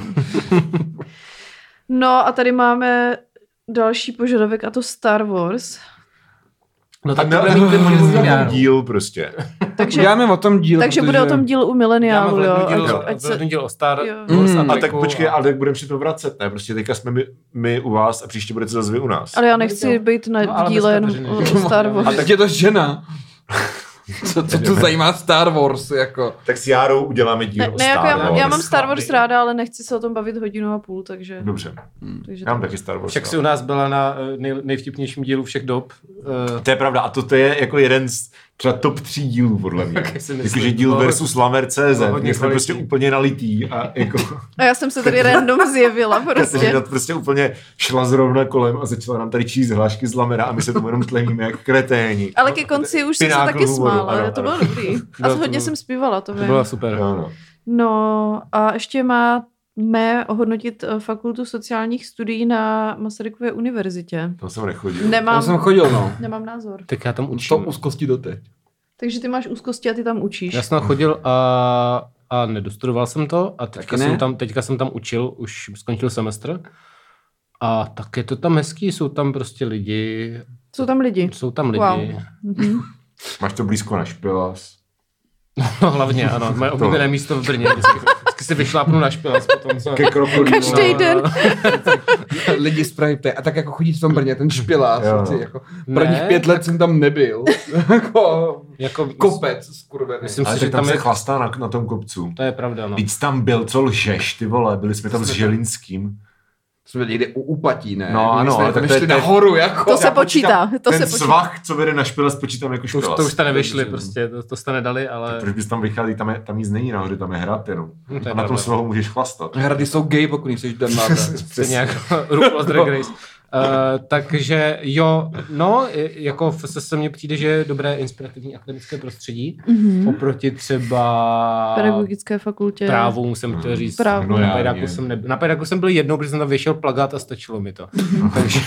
No a tady máme další požadavek a to Star Wars. No tak to bude mít ten díl prostě. Takže, Děláme o tom díl. takže bude o tom díl u mileniálu, jo. Díl, ať, jo. ať se... díl o Star Wars. Mm. A tak počkej, ale tak budeme si to vracet, ne? Prostě teďka jsme my, my u vás a příště budete zase vy u nás. Ale já nechci být na no, díle jen o Star Wars. A tak je to žena. Co, co to zajímá Star Wars, jako? Tak s Járou uděláme díl ne, o ne, Star jako já, mám, Wars. já mám Star Wars ráda, ale nechci se o tom bavit hodinu a půl, takže... Dobře. Hmm. takže já mám taky Star Wars. Však si u nás byla na nej, nejvtipnějším dílu všech dob. Uh... To je pravda a to, to je jako jeden z třeba top tří dílů, podle mě. Okay, Jakože díl versus Lamer tečka cé zet, kde jsme prostě úplně nalitý a jako... A já jsem se tady random zjevila prostě. Kateřina prostě úplně šla zrovna kolem a začala nám tady číst hlášky z Lamera a my se tomu jenom tlemíme jak kreténi. Ale ke konci už jsem se taky smála, to bylo dobrý. A hodně jsem zpívala, to vím. To bylo super. No, no. No a ještě má mé ohodnotit fakultu sociálních studií na Masarykově univerzitě. Tam jsem nechodil. Nemám, Tam jsem chodil, no. Nemám názor. Tak já tam To učím. úzkosti doteď. Takže ty máš úzkosti a ty tam učíš. Já jsem tam chodil a, a nedostudoval jsem to a teďka Taky ne? jsem, tam, teďka jsem tam učil, už skončil semestr. A tak je to tam hezký, jsou tam prostě lidi. Jsou tam lidi. Jsou tam lidi. Wow. Mhm. Máš to blízko na Špilas. No hlavně, ano. Moje oblíbené místo v Brně. Vždycky, vždycky si vyšlápnu na Špilas potom. Co... Ke krokodýlu. Každý den. Lidi z Prahy ptají, a tak jako chodíš v tom Brně, ten Špilás, Jo. jako prvních Ne, pět let jsem tam nebyl. jako Jako, kopec, skurvený. Myslím Ale si, tak že tam tam se je... chlastá na, na tom kopcu. To je pravda, no. Víc tam byl, co lžeš, ty vole, byli jsme tam s Želinským. Jsme někde u Úpatí, ne? No, My ano, jsme ale tam tak to je- šli to je- nahoru, jako. To se Já počítá, počítám, to ten se počítá. svah, co vede na Špilas, počítám jako To už, Špilas. to už jste nevyšli prostě, to, to jste nedali, ale... Proč bys tam vychází, tam, je, tam nic není nahoře, tam je hrad jenom. No, to je A na tom pravda. svahu můžeš chlastat. Hrady jsou gay, pokud nejsi Dan Mávra. Stejně jako RuPaul's Drag Race. Uh, takže jo, no, i- jako v se mně přijde, že je dobré inspirativní akademické prostředí, Mhm. oproti třeba Pedagogické fakultě. právu, jsem chtěl říct. Právo. No, No, na já Pejdáku ne. jsem nebyl. Na Pejdáku jsem byl jednou, protože jsem tam vyšel plagát a stačilo mi to. takže,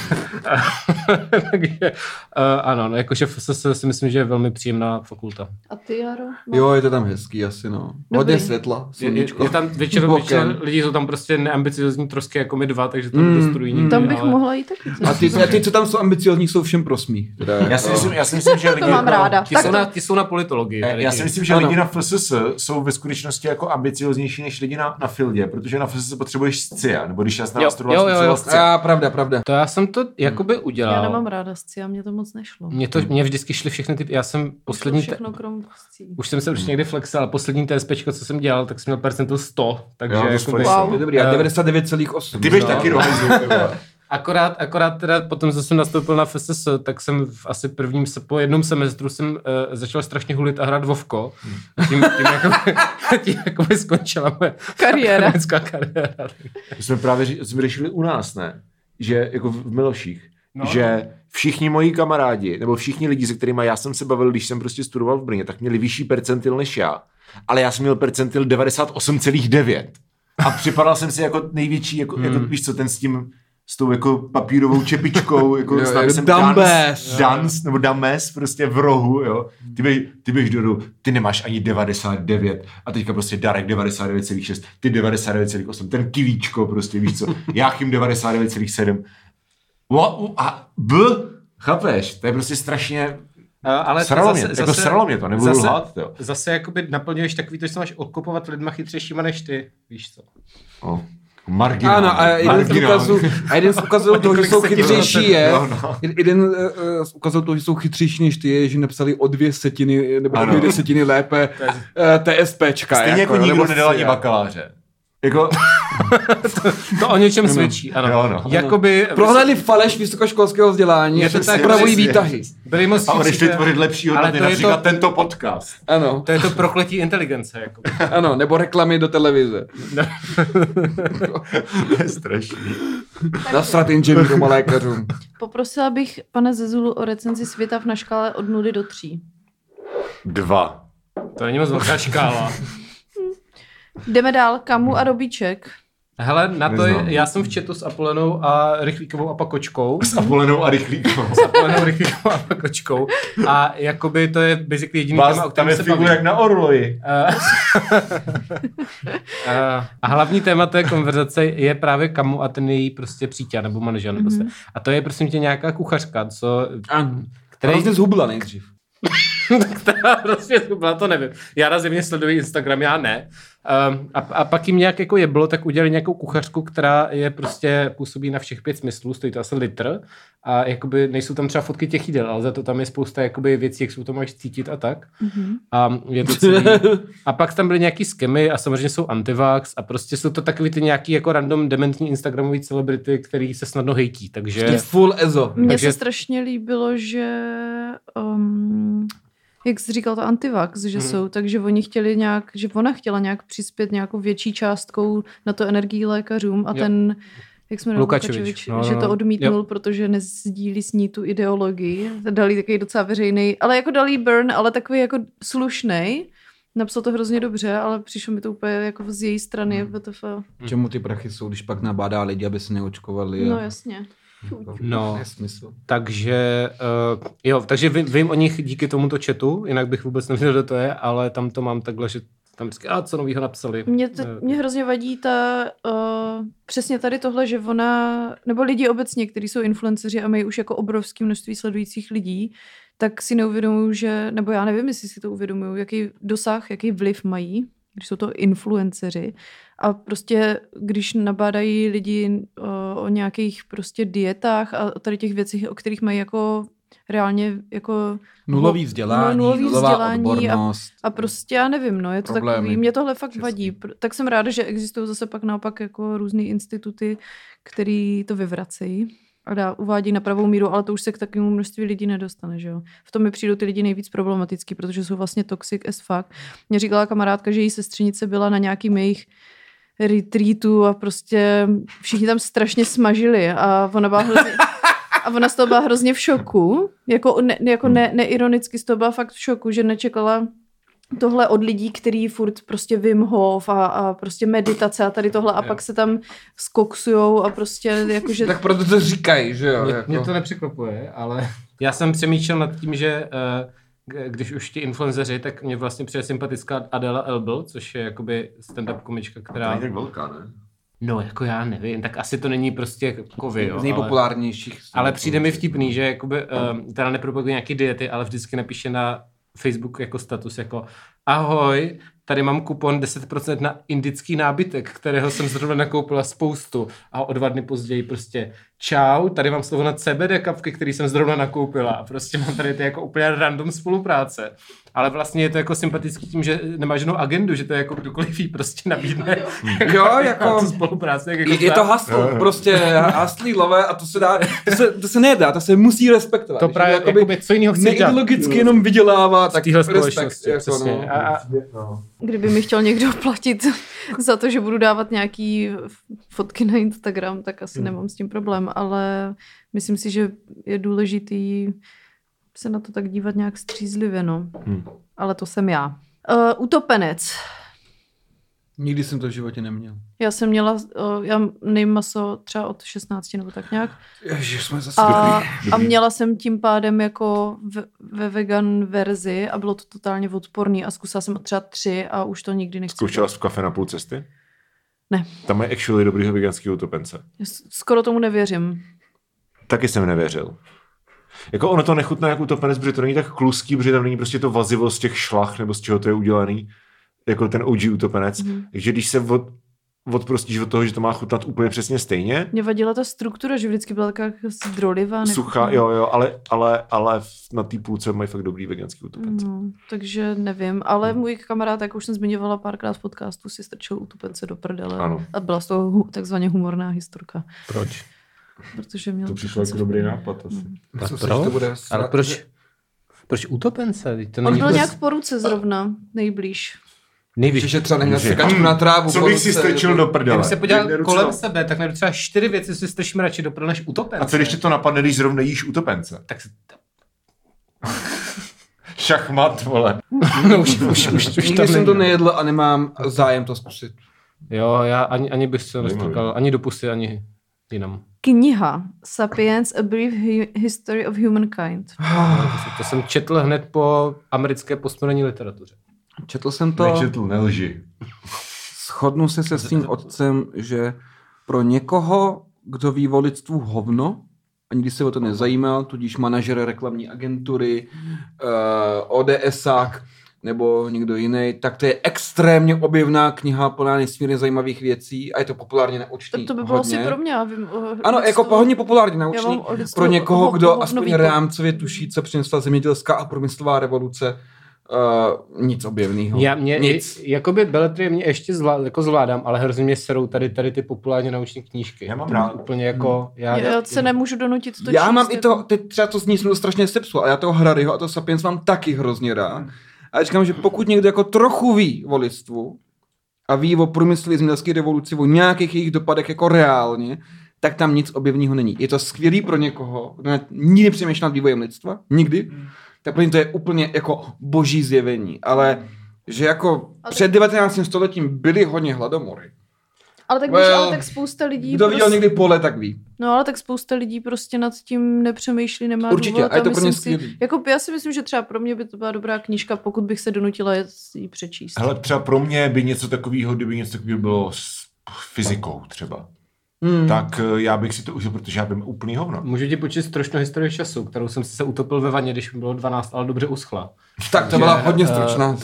takže uh, ano, no, jakože v S S si myslím, že je velmi příjemná fakulta. A ty, Jaro? No. Jo, je to tam hezký asi, no. Hodně světla, Je, je, sluníčko. je tam většina, Bokem. většina lidí jsou tam prostě neambiciozní trosky jako my dva, takže tam Mm, nedostudují nikdy. Tam bych ale... mohla jít taky. A ty, a ty, co tam jsou ambiciozní, jsou všem prosmí. Teda, Já si myslím, já si myslím že lidi... To mám ráda. Ti Tak jsou, to- na, ti jsou na politologii. tady Já ti. si myslím, že Ano. lidi na F S S jsou ve skutečnosti jako ambicioznější než lidi na, na Fildě, protože na F S S potřebuješ scia, nebo když já jsem Jo, nastudoval, jo, jo, studoval jo. scia. A pravda, pravda. To já jsem to jakoby udělal. Já nemám ráda sci a mě to moc nešlo. Mně to, mě vždycky šly všechny ty, já jsem poslední, te, Všechno krom scí. už jsem se už někdy flexil, ale poslední TSPčko, co jsem dělal, tak jsem měl percentil sto, takže Jo, to jakoby, flexil. Wow. To je dobrý, a Eh, devadesát devět celá osm. Ty běž No. taky do hajzlu, ty vole. akorát, akorát teda potom, co jsem nastoupil na F S S, tak jsem v asi prvním, se- po jednom semestru jsem uh, začal strašně hulit a hrát Vovko. A tím, tím, jakoby, tím jakoby skončila moje Kariéra. akademická kariéra. To jsme právě ři- jsme řešili u nás, ne? Že jako v Miloších, No. že všichni moji kamarádi, nebo všichni lidi, se kterými já jsem se bavil, když jsem prostě studoval v Brně, tak měli vyšší percentil než já. Ale já jsem měl percentil devadesát osm celá devět. A připadal jsem si jako největší, jako, Hmm. jako víš co, ten s tím, s tou jako papírovou čepičkou, jako Jo, s jako nápisem Dambes. Dance, Dance, nebo Dames, prostě v rohu, jo. Ty, běž, ty běž dolů, ty nemáš ani devadesát devět a teďka prostě Darek devadesát devět celá šest, ty devadesát devět celá osm, ten kivíčko prostě, víš co, Jáchym devadesát devět celá sedm. Wo- A B, chápeš, to je prostě strašně, Uh, ale sralo mě, jako sralo mě to, nebudu zase, lhát, jo. Zase jakoby naplňuješ takový to, že se máš okupovat lidma chytřejšíma než ty, víš co. O, marginál. Ano, a jeden z marginál. ukazů, a jeden z ukazů toho, že Několik jsou setin chytřejší je, No, no. jeden uh, z ukazů toho, že jsou chytřejší než ty je, že napsali o dvě setiny, nebo o Ano. dvě desetiny lépe uh, TSPčka. Stejně jako, jo, nikdo nebo nedal ani sci. bakaláře. Jako, To o něčem svědčí, ano. Jo, no. Jakoby... Prohlédli faleš vysokoškolského vzdělání, Je je to to tak, upravují přesně. výtahy. Byli moc a odešli chytří, tvořit lepší ale hodnoty, to je například to- tento podcast. Ano, To je to prokletí inteligence. Jako. ano, nebo reklamy do televize. To je strašný. Nasrat inženýrům a lékařům. Poprosila bych pane Zezulu o recenzi světa na škále od nuly do tří. Dva. To není moc velká škála. Jdeme dál. Kamu a Robíček. Hele, na to je, Neznám. já jsem v chatu s Apolenou a Rychlíkovou a Pakočkou. S Apolenou a Rychlíkou. S Apolenou, Rychlíkovou a Pakočkou. A jakoby to je basically jediný téma, o Vás, tam kterém je se figura bavím. jak na orloji. Eh, eh, a hlavní téma té konverzace je právě Kamu a ten její prostě přítel nebo manžel. Nebo se. A to je prosím tě nějaká kuchařka, co... Ano. Který- Hrozně zhubla nejdřív. která prostě byla, to nevím. Já zjevně sleduji Instagram, já ne. Um, a, a pak jim nějak jako jeblo, tak udělali nějakou kuchařku, která je prostě působí na všech pět smyslů, stojí to asi litr a jakoby nejsou tam třeba fotky těch jídel, ale za to tam je spousta jakoby věcí, jak se to máš cítit a tak. Mm-hmm. A je to celý. A pak tam byly nějaký skemy a samozřejmě jsou antivax a prostě jsou to takový ty nějaký jako random dementní instagramový celebrity, který se snadno hejtí, takže... Je full ezo. Mně Takže- se strašně líbilo, že um, jak jsi říkal, to antivax, že hmm. jsou, takže oni chtěli nějak, že ona chtěla nějak přispět nějakou větší částkou na to energii lékařům a jo. ten, jak jsme Lukačevič, Lukačevič no, že no. to odmítnul, jo. protože nezdílí s ní tu ideologii. Dali takový docela veřejný, ale jako dali burn, ale takový jako slušnej. Napsal to hrozně dobře, ale přišlo mi to úplně jako z její strany. Hmm. W T F. Čemu ty prachy jsou, když pak nabádá lidi, aby se neočkovali? No a... jasně. No, smysl. takže uh, jo, takže vím, vím o nich díky tomuto chatu, jinak bych vůbec nevěděl, kdo to je, ale tam to mám takhle, že tam vždycky, a co novýho napsali. Mě, t- mě hrozně vadí ta, uh, přesně tady tohle, že ona, nebo lidi obecně, kteří jsou influenceři a mají už jako obrovské množství sledujících lidí, tak si neuvědomují, že, nebo já nevím, jestli si to uvědomují, jaký dosah, jaký vliv mají, když jsou to influenceři. A prostě, když nabádají lidi o, o nějakých prostě dietách a tady těch věcech, o kterých mají jako reálně jako... Nulový vzdělání, no, nulový nulová vzdělání odbornost. A, a prostě já nevím, no, je to problémy. takový, mě tohle fakt Přesný. vadí. Tak jsem ráda, že existují zase pak naopak jako různý instituty, který to vyvracejí a dá, uvádí na pravou míru, ale to už se k takovému množství lidí nedostane, že jo. V tom mi přijdou ty lidi nejvíc problematický, protože jsou vlastně toxic as fuck. Mě říkala kamarádka, že její sestřenice byla na nějakým jejich retreatu a prostě všichni tam strašně smažili a ona byla hrozně, a ona z toho byla hrozně v šoku, jako, ne, jako ne, neironicky z toho byla fakt v šoku, že nečekala tohle od lidí, který furt prostě Wim Hof a, a prostě meditace a tady tohle a pak se tam skoksujou a prostě jakože... Tak proto to říkají, že jo? Mě, jako... mě to nepřekvapuje, ale já jsem přemýšlel nad tím, že uh, když už ti influenceři, tak mě vlastně přijde sympatická Adela Elbl, což je jakoby stand-up komička, která... To není tak velká, ne? No, jako já nevím, tak asi to není prostě kovy, jo. Z nejpopulárnějších. Ale, ale přijde mi vtipný, že jakoby, uh, teda nepropaguje nějaký diety, ale vždycky napíše na Facebook jako status, jako ahoj, tady mám kupon deset procent na indický nábytek, kterého jsem zrovna nakoupila spoustu a o dva dny později prostě čau, tady mám slovo na C B D kapky, který jsem zrovna nakoupila a prostě mám tady ty jako úplně random spolupráce. Ale vlastně je to jako sympatický tím, že nemá žádnou agendu, že to je jako kdokoliv jí prostě nabídne. Jo, jako... spolupráce. Jako je, je to haslo, prostě haslí love a to se dá, to se, to se nedá, to se musí respektovat. To právě, jakoby, jakoby, co jiného chci dělat. Neideologicky jenom vydělává, tak respekt. Jako, no. A, a, no. Kdyby mi chtěl někdo platit za to, že budu dávat nějaký fotky na Instagram, tak asi hmm. nemám s tím problém, ale myslím si, že je důležitý se na to tak dívat nějak střízlivě, no. Hmm. Ale to jsem já. Uh, utopenec. Nikdy jsem to v životě neměl. Já jsem měla, uh, já nejím maso třeba od šestnácti nebo tak nějak. Ježiš, jsme zase a, dobrý. a měla jsem tím pádem jako ve, ve vegan verzi a bylo to totálně odporný a zkusila jsem třeba tři a už to nikdy nechci. Zkoušela jsi v kafe na půl cesty? Ne. Tam je actually dobrýho veganského utopence. Já skoro tomu nevěřím. Taky jsem nevěřil. Jako ono to nechutná jak utopenec, protože to není tak kluský, protože tam není prostě to vazivo z těch šlach nebo z čeho to je udělaný, jako ten O G utopenec. Mm. Takže když se od, odprostíš od toho, že to má chutnat úplně přesně stejně. Mě vadila ta struktura, že vždycky byla taková zdrolivá. Suchá, jo, jo, ale, ale, ale na té půlce mají fakt dobrý veganský utopence. No, takže nevím, ale mm. můj kamarád, jak už jsem zmiňovala párkrát v podcastu, si strčil utopence do prdele. Ano. A byla z toho takzvaně humorná historka. Proč? Protože měl to přišlo jako dobrý nápad asi. Mm. A proč? To bude ale proč? Proč utopence? To On byl vůbec... nějak po ruce zrovna, nejblíž. Nejvíc, že třeba neměl sekačku na trávu. Co bych si strčil do prdele? Kdyby se podíval kolem co? sebe, tak najdu třeba čtyři věci, si strčím radši do prdele než utopence. A co když tě to napadne, když zrovna jíš utopence? Tak se... Šachmat, vole. No už, už, už, už Nikdy jsem to nejedl a nemám zájem to zkusit. Jo, já ani, ani bych se nestrkal, ani do pusy, ani jinam. Kniha Sapiens, A Brief History of Humankind. to, to jsem četl hned po americké postmoderní literatuře. Četl jsem to. Nečetl, nelži. Shodnu se se svým otcem, že pro někoho, kdo ví o lidstvu hovno, a nikdy se o to nezajímal, tudíž manažer reklamní agentury, uh, ODSák nebo někdo jiný, tak to je extrémně objevná kniha plná nesmírně zajímavých věcí a je to populárně naučný. To by bylo hodně. asi pro mě. Já vím, ano, jako hodně populárně naučný. Pro někoho, ho, kdo ho, aspoň ho, rámcově tuší, co přinesla zemědělská a průmyslová revoluce Uh, nic objevného. Já mě, nic. Jakoby beletrie mě ještě zvlá, jako zvládám, ale hrozně mě serou tady, tady ty populárně nauční knížky. Já mám rád. Úplně jako... Já, já, já se nemůžu donutit to Já číst, mám i jako... to, teď třeba to zní, jsem to strašně sepsu, ale já toho Hararyho a to Sapiens mám taky hrozně rád. A říkám, že pokud někdo jako trochu ví o lidstvu a ví o průmyslové zemědělské revoluci, o nějakých jejich dopadech jako reálně, tak tam nic objevného není. Je to skvělý pro někoho, kdo nikdy nepřemýšlel nad vývojem lidstva, nikdy, hmm. tak pro ně to je úplně jako boží zjevení. Ale že jako ale před devatenáctým stoletím byly hodně hladomory. Ale tak, well, víš, ale tak spousta lidí... Kdo viděl prostě... někdy pole, tak ví. No ale tak spousta lidí prostě nad tím nepřemýšlí, nemá Určitě, důvod. a je to pro ně si, jako, já si myslím, že třeba pro mě by to byla dobrá knížka, pokud bych se donutila ji přečíst. Hele, třeba pro mě by něco takového, kdyby něco takového bylo s fyzikou třeba. Hmm. Tak já bych si to užil, protože já vím úplný hovno. Můžu ti počít stručnou historii času, kterou jsem si se utopil ve vaně, když mi bylo dvanáct, ale dobře uschla. Tak to byla hodně stručná. Uh, to...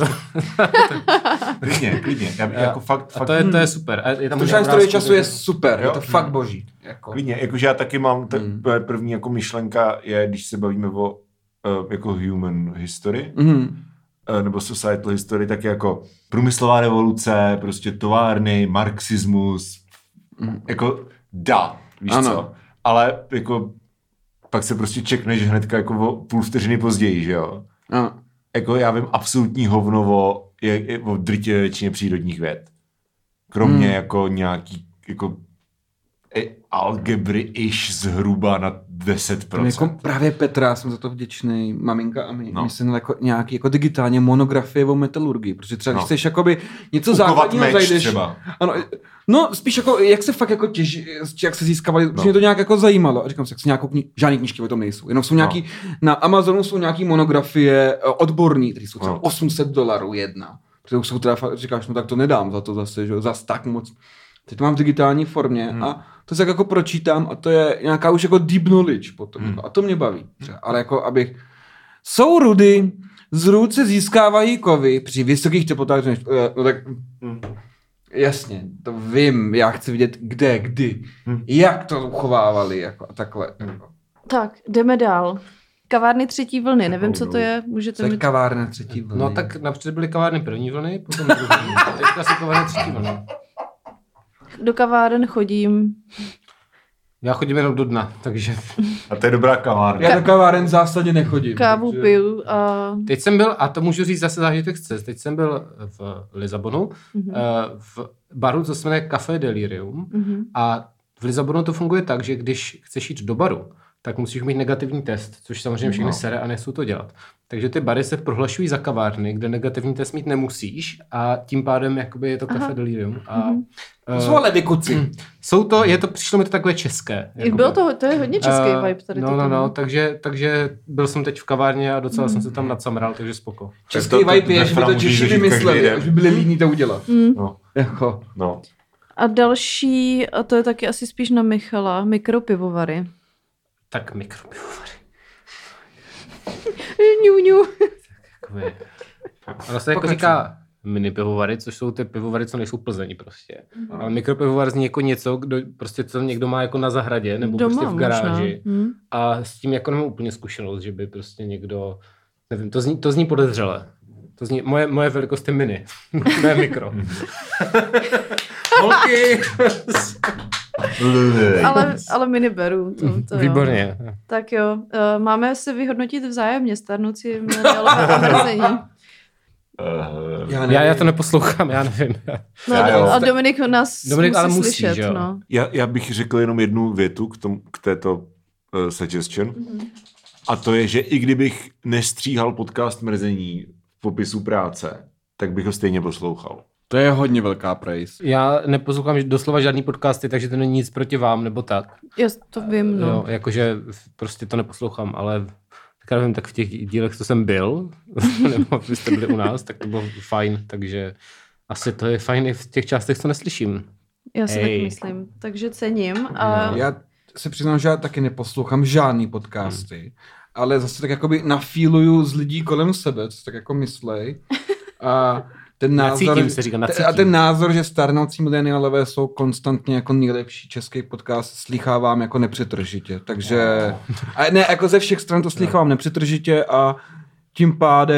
klidně, klidně. Já, jako fakt, a fakt... to je, to je super. A je tam stručná historie času je super, jo? Je to fakt boží. Jako. Klidně, jakože já taky mám, t- hmm. první jako myšlenka je, když se bavíme o uh, jako human history, hmm. uh, nebo societal history, tak jako průmyslová revoluce, prostě továrny, marxismus, hmm. jako da, víš ano. co? Ale jako pak se prostě čekneš hnedka jako o půl vteřiny později, že jo? Ano. Jako já vím absolutní hovno o, je, je, o drtě většině přírodních věd. Kromě hmm. jako nějaký jako algebry-ish zhruba na deset procent. Jako právě Petra, jsem za to vděčný, maminka a my, no. my jsem jako nějaký jako digitálně monografie o metalurgii, protože třeba no. když chceš jakoby něco základního zajdeš. Třeba. Ano, no spíš jako, jak se fakt jako těží, jak se získávali, no. protože mě to nějak jako zajímalo. A říkám si, jak se nějakou kni- žádný knížky o tom nejsou, jenom jsou nějaký, no. na Amazonu jsou nějaký monografie odborný, které jsou třeba no. osm set dolarů jedna. Protože jsou teda fakt, říkáš, no tak to nedám za to zase, že zase tak moc. Teď to mám v digitální formě hmm. a to se jako pročítám a to je nějaká už jako deep knowledge potom. Hmm. A to mě baví. Třeba. Ale jako abych... Jsou rudy, z rud se získávají kovy při vysokých teplotách. No tak... Hmm. Jasně, to vím. Já chci vidět kde, kdy. Hmm. Jak to uchovávali jako a takhle. Hmm. Tak, jdeme dál. Kavárny třetí vlny, nevím, co to je. Můžete co je mi... kavárna třetí vlny? No tak napřed byly kavárny první vlny, potom druhý. Teďka jsou kavárny třetí vlny. Do kaváren chodím. Já chodím jenom do dna, takže... A to je dobrá kavárna. Já do kaváren v zásadě nechodím. Kávu takže... piju a... Teď jsem byl, a to můžu říct zase zážitek z cest, teď jsem byl v Lisabonu, mm-hmm. v baru, co se jmenuje Café Delirium mm-hmm. a v Lisabonu to funguje tak, že když chceš jít do baru, tak musíš mít negativní test, což samozřejmě všechny no. sere a nesou to dělat. Takže ty bary se prohlašují za kavárny, kde negativní test mít nemusíš a tím pádem jakoby je to Café Delirium. A, mm-hmm. To jsou ale vykuci. Jsou to, je to, přišlo mi to takové české. Bylo to, to je hodně český uh, vibe tady. No, no, no, takže, takže byl jsem teď v kavárně a docela mm. jsem se tam nacamral, takže spoko. Český to, to, vibe je, že by to Češi vymysleli, že by byli líní to udělat. Mm. No. Jako. No. A další, a to je taky asi spíš na Michala, mikropivovary. Tak mikropivovary. ňu, ňu. Ono se jako říká mini pivovary, což jsou ty pivovary, co nejsou Plzeň prostě. No. Ale mikropivovar zní jako něco, kdo, prostě, co někdo má jako na zahradě nebo doma, prostě v garáži. Hmm. A s tím jako nemám úplně zkušenost, že by prostě někdo, nevím, to zní, to zní podezřele. To zní, moje, moje velikost je mini, ne mikro. Holky! ale, ale mini beru. To, to Výborně. Jo. Tak jo, uh, máme se vyhodnotit vzájemně starnoucí mileniálové omrzení. Uh, já, já, já to neposlouchám, já nevím. No, já, a Dominik nás Dominik musí ale musí, slyšet. jo? No. Já, já bych řekl jenom jednu větu k, tom, k této uh, suggestion. Mm-hmm. A to je, že i kdybych nestříhal podcast Mrzení v popisu práce, tak bych ho stejně poslouchal. To je hodně velká praise. Já neposlouchám doslova žádný podcasty, takže to není nic proti vám, nebo tak. Já to vím, no. Jo, jakože prostě to neposlouchám, ale tak nevím, tak v těch dílech, co jsem byl, nebo vy jste byli u nás, tak to bylo fajn, takže asi to je fajn i v těch částech, co neslyším. Já si tak myslím, takže cením. A... Já se přiznám, že já taky neposlouchám žádný podcasty, hmm. ale zase tak jakoby nafíluju z lidí kolem sebe, co tak jako myslej. A ten názor, nacítím, se říká, nacítím. A ten názor, že starnoucí mileniálové jsou konstantně jako nejlepší český podcast, slýchávám jako nepřetržitě. Takže, a ne, jako ze všech stran to slýchávám nepřetržitě a tím pádem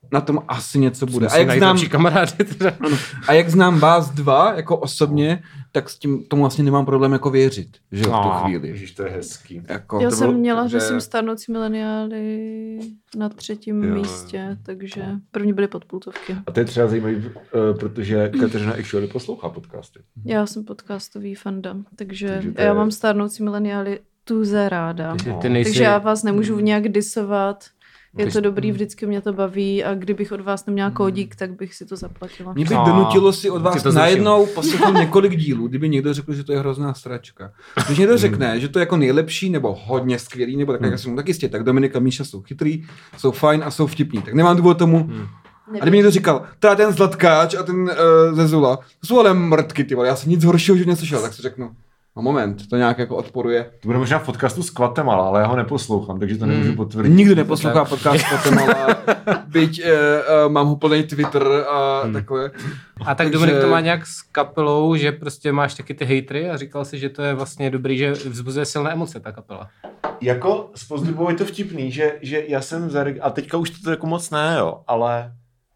na tom asi něco bude. A jak znám kamarády teda. A jak znám vás dva jako osobně, tak s tím tomu vlastně nemám problém jako věřit, že jo, v tu chvíli. Ježiš, to je hezký. Jako, Já jsem měla, že jsem starnoucí mileniály na třetím jo. místě, takže první byly podpultovky. A to je třeba zajímavý, uh, protože Kateřina actually poslouchá podcasty. Já jsem podcastový fanda, takže, takže je... já mám starnoucí mileniály tuze ráda. Takže, ty nejsi... takže já vás nemůžu nějak disovat. Je to dobrý, vždycky mě to baví a kdybych od vás neměla kódík, tak bych si to zaplatila. Mě by donutilo si od vás najednou poslechnout několik dílů, kdyby někdo řekl, že to je hrozná sračka. Když někdo řekne, že to je jako nejlepší nebo hodně skvělý, nebo tak, jak jsem tak jistě, tak Dominik a Míša jsou chytrý, jsou fajn a jsou vtipní. Tak nemám důvod tomu. Hmm. A kdyby někdo říkal, teda ten Zlatkáč a ten uh, Zezula, to jsou ale mrtky, ty vole, já jsem nic horšího už neslyšel, tak si řeknu. No moment, to nějak jako odporuje. To bude možná v podcastu s Kvatemala, ale já ho neposlouchám, takže to nemůžu potvrdit. Nikdy neposlouchá podcast s Kvatemala, byť uh, uh, mám ho plný Twitter a hmm. takhle. A tak Dominik to má nějak s kapelou, že prostě máš taky ty hejtry a říkal si, že to je vlastně dobrý, že vzbuzuje silné emoce ta kapela. Jako s Pozdubou je to vtipný, že, že já jsem zareg... A teďka už to jako moc ne, jo, ale...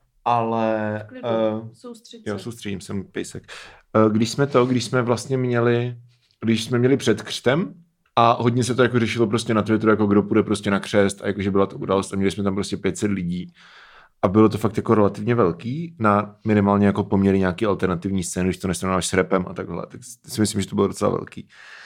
Ale... Uh, Soustředím. Jo, soustředím jsem pejsek. Uh, když jsme to, když jsme vlastně měli... Když jsme měli před křtem a hodně se to jako řešilo prostě na Twitteru, jako kdo půjde prostě na křest a jakože byla to událost a měli jsme tam prostě pět set lidí a bylo to fakt jako relativně velký na minimálně jako poměry nějaký alternativní scény, když to nesrovnáváš s rapem a takhle, tak si myslím, že to bylo docela velký.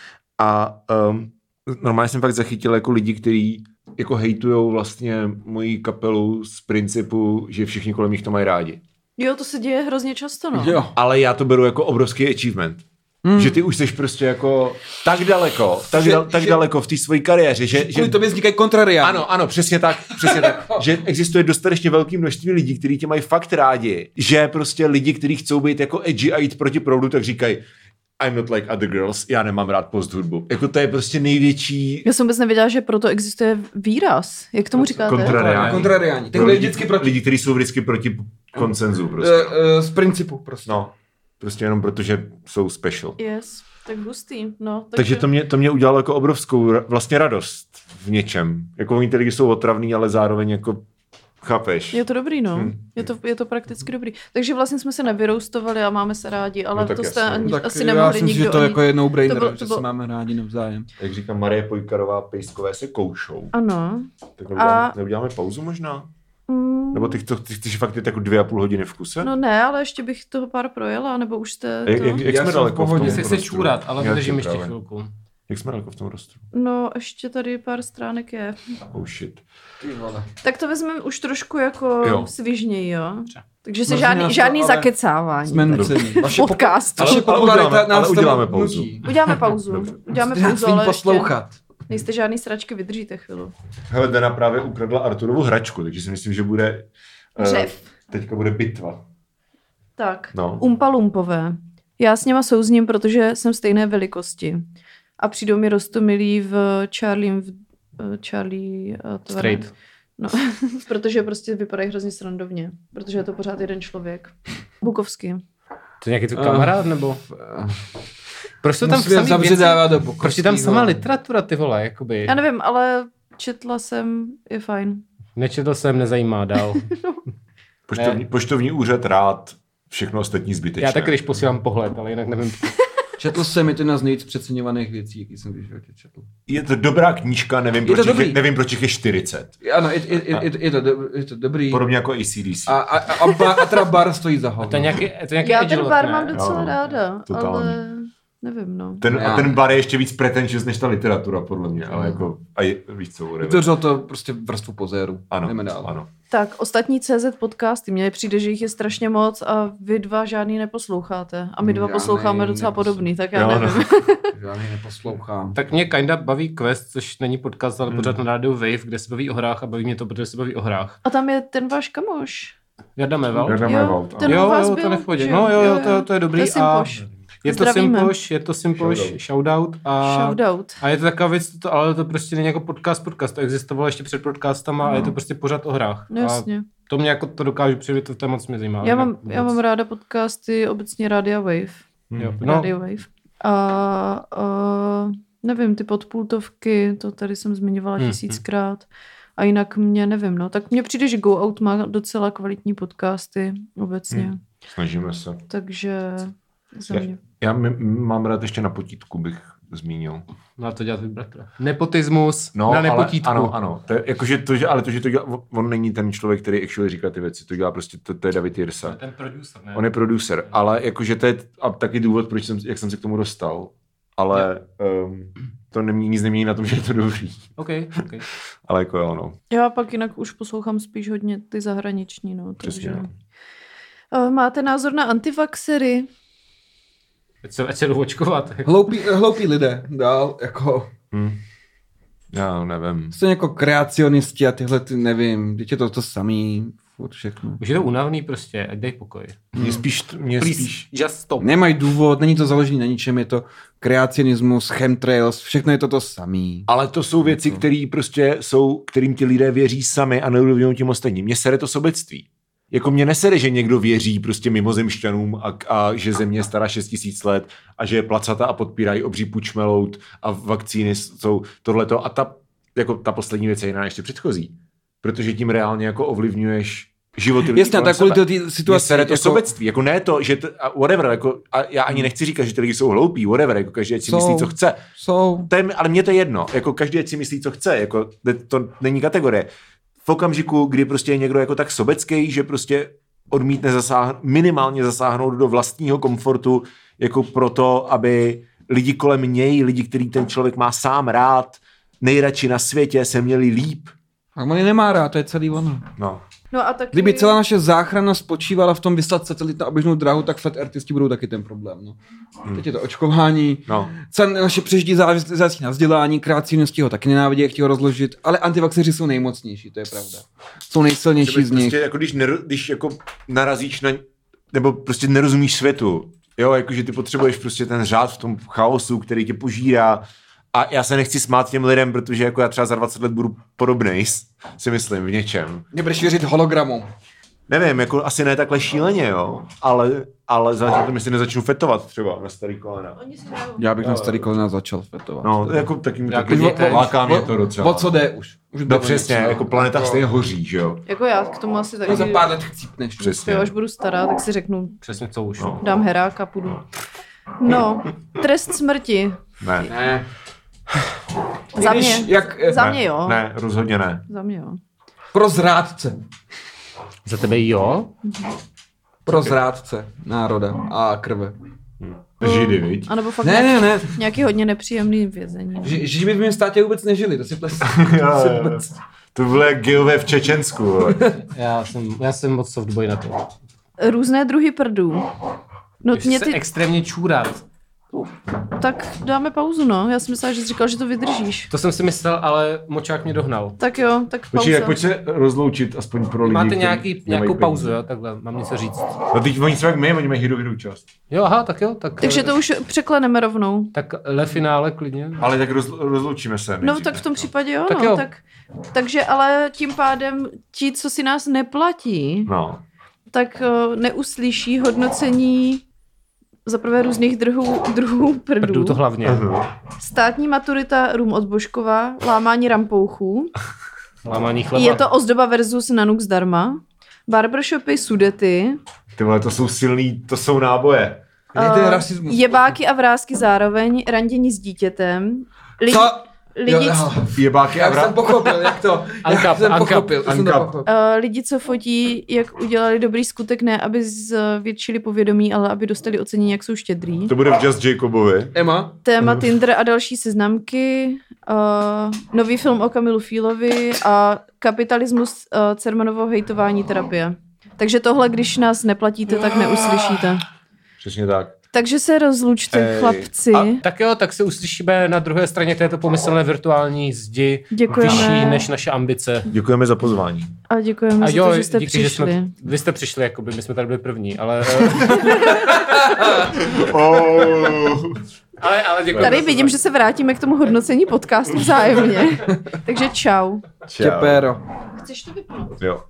A um, normálně jsem fakt zachytil jako lidi, kteří jako hejtujou vlastně moji kapelu z principu, že všichni kolem nich to mají rádi. Jo, to se děje hrozně často, no. Jo. Ale já to beru jako obrovský achievement. Hmm. Že ty už jsi prostě jako tak daleko, tak, že, dal, tak že, daleko v té své kariéře, že... že tobě vznikají kontrariány. Ano, ano, přesně tak, přesně tak. Že existuje dostatečně velké množství lidí, kteří tě mají fakt rádi, že prostě lidi, kteří chcou být jako edgy a jít proti proudu, tak říkají I'm not like other girls, já nemám rád post-hudbu. Jako to je prostě největší... Já jsem vůbec nevěděla, že proto existuje výraz. Jak tomu říkáte? Kontrariáni. Kontrariáni. Pro lidi, vždycky proti... lidi, kteří jsou vždycky proti konsenzu. Prostě. Uh, uh, z principu prostě. No. Prostě jenom proto, že jsou special. Yes, tak hustý, no. Takže, takže to, mě, to mě udělalo jako obrovskou vlastně radost v něčem. Jako oni ty lidi jsou otravný, ale zároveň jako chápeš. Je to dobrý, no. Hmm. Je, to, je to prakticky dobrý. Takže vlastně jsme se nevyroustovali a máme se rádi, ale no, to jste ani, tak asi nemohli nikdo. Já si že to ani... jako je no-brainer, bylo, že to bylo... se máme rádi navzájem. Jak říká Marie Pojkarová, pejskové se koušou. Ano. Tak neuděláme, a... neuděláme pauzu možná? Mm. Nebo ty, ty, ty, ty jsi fakt tak dvě a půl hodiny v kuse? No ne, ale ještě bych toho pár projela, nebo už jste to... Jak, jak, jak jsme daleko v tom rostru? Jsi čůrat, ale vydržím ještě chvilku. Jak jsme daleko v tom rostru? No, ještě tady pár stránek je. Oh shit. Tak to vezmeme už trošku jako jo. svižněji, jo? Takže se žádný, žádný zakecávání. Jsme nuceni. Podcast. Ale, ale, uděláme, ale uděláme pauzu. Uděláme pauzu. Uděláme pauzu, ale poslouchat. Ještě nejste žádný sračky, vydržíte chvíli. Hele, Dana právě ukradla Arturovu hračku, takže si myslím, že bude... Uh, teďka bude bitva. Tak, no. Umpalumpové. Já s něma souzním, protože jsem stejné velikosti. A přijdou mi rostomilí v Charlie... V, uh, Charlie... Uh, Straight. No, protože prostě vypadají hrozně srandovně. Protože je to pořád jeden člověk. Bukovský. To je nějaký tu kamarád, uh, nebo... Uh, proč to tam samý věci? Proč je tam sama literatura, ty vole, jakoby? Já nevím, ale četla jsem, je fajn. Nečetl jsem, nezajímá dál. Poštovní, poštovní úřad rád, všechno ostatní zbytečné. Já taky, když posílám pohled, ale jinak nevím. Četl jsem, je to jedna z nejvíc přeceňovaných věcí, jaký jsem v životě četl. Je to dobrá knížka, nevím, proč jich je, nevím proč jich je čtyřicet. Ano, je, je, je, je, je, to, do, je to dobrý. Podobně jako A C D C. A, a, a, a, a teda bar stojí za hovno. To je nějaký, to nějaký Já ten bar mám docela jo, ráda, totálně. ale nevím, no. Ten, a ten bar je ještě víc pretentious než ta literatura, podle mě, ale jako, a je, víš co, bude. Vytvořil to prostě vrstvu pozéru. Ano, jdeme dál. Ano. Tak, ostatní C Z podcasty, mně přijde, že jich je strašně moc a vy dva žádný neposloucháte. A my dva žádný posloucháme docela neposl... podobný, tak já jo, nevím. No. Žádný neposlouchám. Tak mě kinda baví Quest, což není podcast, ale hmm. pořád na rádiu Wave, kde se baví o hrách a baví mě to, protože se baví o hrách. A tam je ten váš kamoš. Jarda Mevald. Jarda Mevald. Ten jo, vás jo, byl, to nechodí. Že... No jo, jo, to, to je dobrý. To je a je to Zdravíme. Simpoš, je to Simpoš, shoutout. shoutout a, shoutout. A je to taková věc, to, ale to prostě není jako podcast, podcast, to existovalo ještě před podcastama no. A je to prostě pořád o hrách. No, jasně. A to mě jako to dokážu přijít, to téma, co mě zajímá. Já mám, já mám ráda podcasty, obecně Rádia Wave. Hmm. Jo, no. Radio Wave. A, a nevím, ty podpultovky, to tady jsem zmiňovala hmm. tisíckrát. A jinak mě nevím, no. Tak mně přijde, že Go Out má docela kvalitní podcasty obecně. Hmm. Snažíme se. Takže za mě. Já, já m- mám rád ještě na potítku, bych zmínil. Má to dělat vybratra. Nepotismus no, na nepotítku. Ale, ano, ano. To je, jakože to, že, ale to, že to dělá, on není ten člověk, který actually říká ty věci, to dělá prostě, to, to je David Jirsa. To je ten producer, ne? On je producer, ale jakože to je a taky důvod, proč jsem, jak jsem se k tomu dostal. Ale um, to nemění, nic nemění na tom, že je to dobrý. OK, OK. Ale jako jo, no. Já pak jinak už poslouchám spíš hodně ty zahraniční, no. Přesně, Takže... no. Máte názor na antivaxery? Ať se, ať se jdu očkovat. Hloupí, hloupí lidé, dál, jako... Hmm. Já nevím. Jsou jako kreacionisti a tyhle, ty, nevím, teď je to to samý, furt všechno. Už je to unavný prostě, ať dej pokoj. Mně spíš, mě Please, spíš... just stop. Nemají důvod, není to založené na ničem, je to kreacionismus, chemtrails, všechno je to to samý. Ale to jsou věci, které prostě jsou, kterým ti lidé věří sami a neovlivňují tím ostatním. Mně sere to sobectví. Jako mě nesere, že někdo věří prostě mimozemšťanům a, a že země je stará šest tisíc let a že je placata a podpírají obří pučmelout a vakcíny jsou tohleto. A ta, jako ta poslední věc je jiná než ty předchozí. Protože tím reálně jako ovlivňuješ životy lidí. Jasně, tak kvůli té situaci. Sere to jako... sobectví. Jako ne to, že to, a whatever, jako, a já ani nechci říkat, že ty lidi jsou hloupí, whatever, jako každý si jsou, myslí, co chce. Jsou. To je, ale mně to je jedno. Jako každý si myslí, co chce. Jako, to není kategorie. V okamžiku, kdy prostě je někdo jako tak sobecký, že prostě odmítne zasáhnout, minimálně zasáhnout do vlastního komfortu, jako proto, aby lidi kolem něj, lidi, který ten člověk má sám rád, nejradši na světě, se měli líp. A on je nemá rád, to je celý ono. No. No a taky... Kdyby celá naše záchrana spočívala v tom vyslat satelit na oběžnou dráhu, tak fat artisti budou taky ten problém. No. Hmm. Teď je to očkování, no. celé naše přežití závisí na vzdělání, kreacionisti ho taky nenávidí, chtějí ho rozložit, ale antivaxeři jsou nejmocnější, to je pravda. Jsou nejsilnější z nich. Prostě jako když, nero, když jako narazíš na, nebo prostě nerozumíš světu, jo, jakože ty potřebuješ prostě ten řád v tom chaosu, který tě požírá. A já se nechci smát těm lidem, protože jako já třeba za dvacet let budu podobnej, si myslím, v něčem. Nebudeš věřit hologramu. Nevím, jako asi ne takhle šíleně, jo, ale, ale zatím si nezačnu fetovat třeba na starý kolena. Já bych na starý kolena začal fetovat. No, jako takým Jako láká mě to docela. O co jde už? už no přesně, něco, jako planeta no. stejně hoří, že jo. Jako já k tomu asi taky... No za pár let chcípneš. Přesně. Jo, až budu stará, tak si řeknu... Přesně co už. No. Dám herák a půjdu. No, trest smrti. Ne. Ne. Za mě, jak, za ne, mě jo. Ne, rozhodně ne. Za mě jo. Pro zrádce. Za tebe jo? Pro zrádce národa a krve. Hm. Židy, viď? A nebo fakt ne, ne, ne. nějaký hodně nepříjemný vězení. Ži, Židy by v mém státě vůbec nežili, to si plesí. To bylo jak geové v Čečensku. já, jsem, já jsem moc softboy na to. Různé druhy prdů. No, Ještě mě se ty... extrémně čůrat. Tak dáme pauzu, no. Já jsem myslela, že jsi říkal, že to vydržíš. To jsem si myslel, ale močák mě dohnal. Tak jo, tak pauza. Počkej, jak pojď se rozloučit aspoň pro lidi, Máte nějaký, nějakou pauzu, peníze. jo? Takhle, mám něco říct. No teď oni jsou jak my, oni mají hydou hydou čas. Jo, aha, tak jo. Tak, Takže to už překleneme rovnou. Tak le finále klidně. Ale tak roz, rozloučíme se. No tak v tom případě jo, tak no. jo. Tak, takže ale tím pádem ti, co si nás neplatí, No. tak uh, neuslyší hodnocení za prvé různých druhů, druhů prdů. Prdů to hlavně. Uh-huh. Státní maturita Rum od Božkova, lámání rampouchů. Lámání chleba. Je to ozdoba versus nanuk zdarma. Barbershopy, sudety. Ty vole, to jsou silný, to jsou náboje. Uh, jebáky a vrásky zároveň, randění s dítětem. Lidi, Co? Lidi, Jo, jo. Jebáky a Jak jsem vrát. pochopil, jak to, Ankap, jak jsem ankap, pochopil, jak jsem to ankap. pochopil. Uh, lidi, co fotí, jak udělali dobrý skutek, ne aby zvětšili povědomí, ale aby dostali ocenění, jak jsou štědrý. To bude v Just Jacobovi. Emma? Téma Tinder a další seznamky, uh, nový film o Kamilu Fílovi a kapitalismus uh, Cermanovo hejtování terapie. Takže tohle, když nás neplatíte, tak neuslyšíte. Přesně tak. Takže se rozlučte, Ej. chlapci. A, tak jo, tak se uslyšíme na druhé straně této pomyslné virtuální zdi. Děkujeme. Vyšší než naše ambice. Děkujeme za pozvání. A děkujeme A za jo, to, že jste díky, přišli. že jsme, vy jste přišli, jakoby, my jsme tady byli první, ale... oh. ale, ale děkujeme. Tady vidím, že se vrátíme k tomu hodnocení podcastu vzájemně. Takže čau. Čau. Těpéro. Chceš to vypnout? Jo.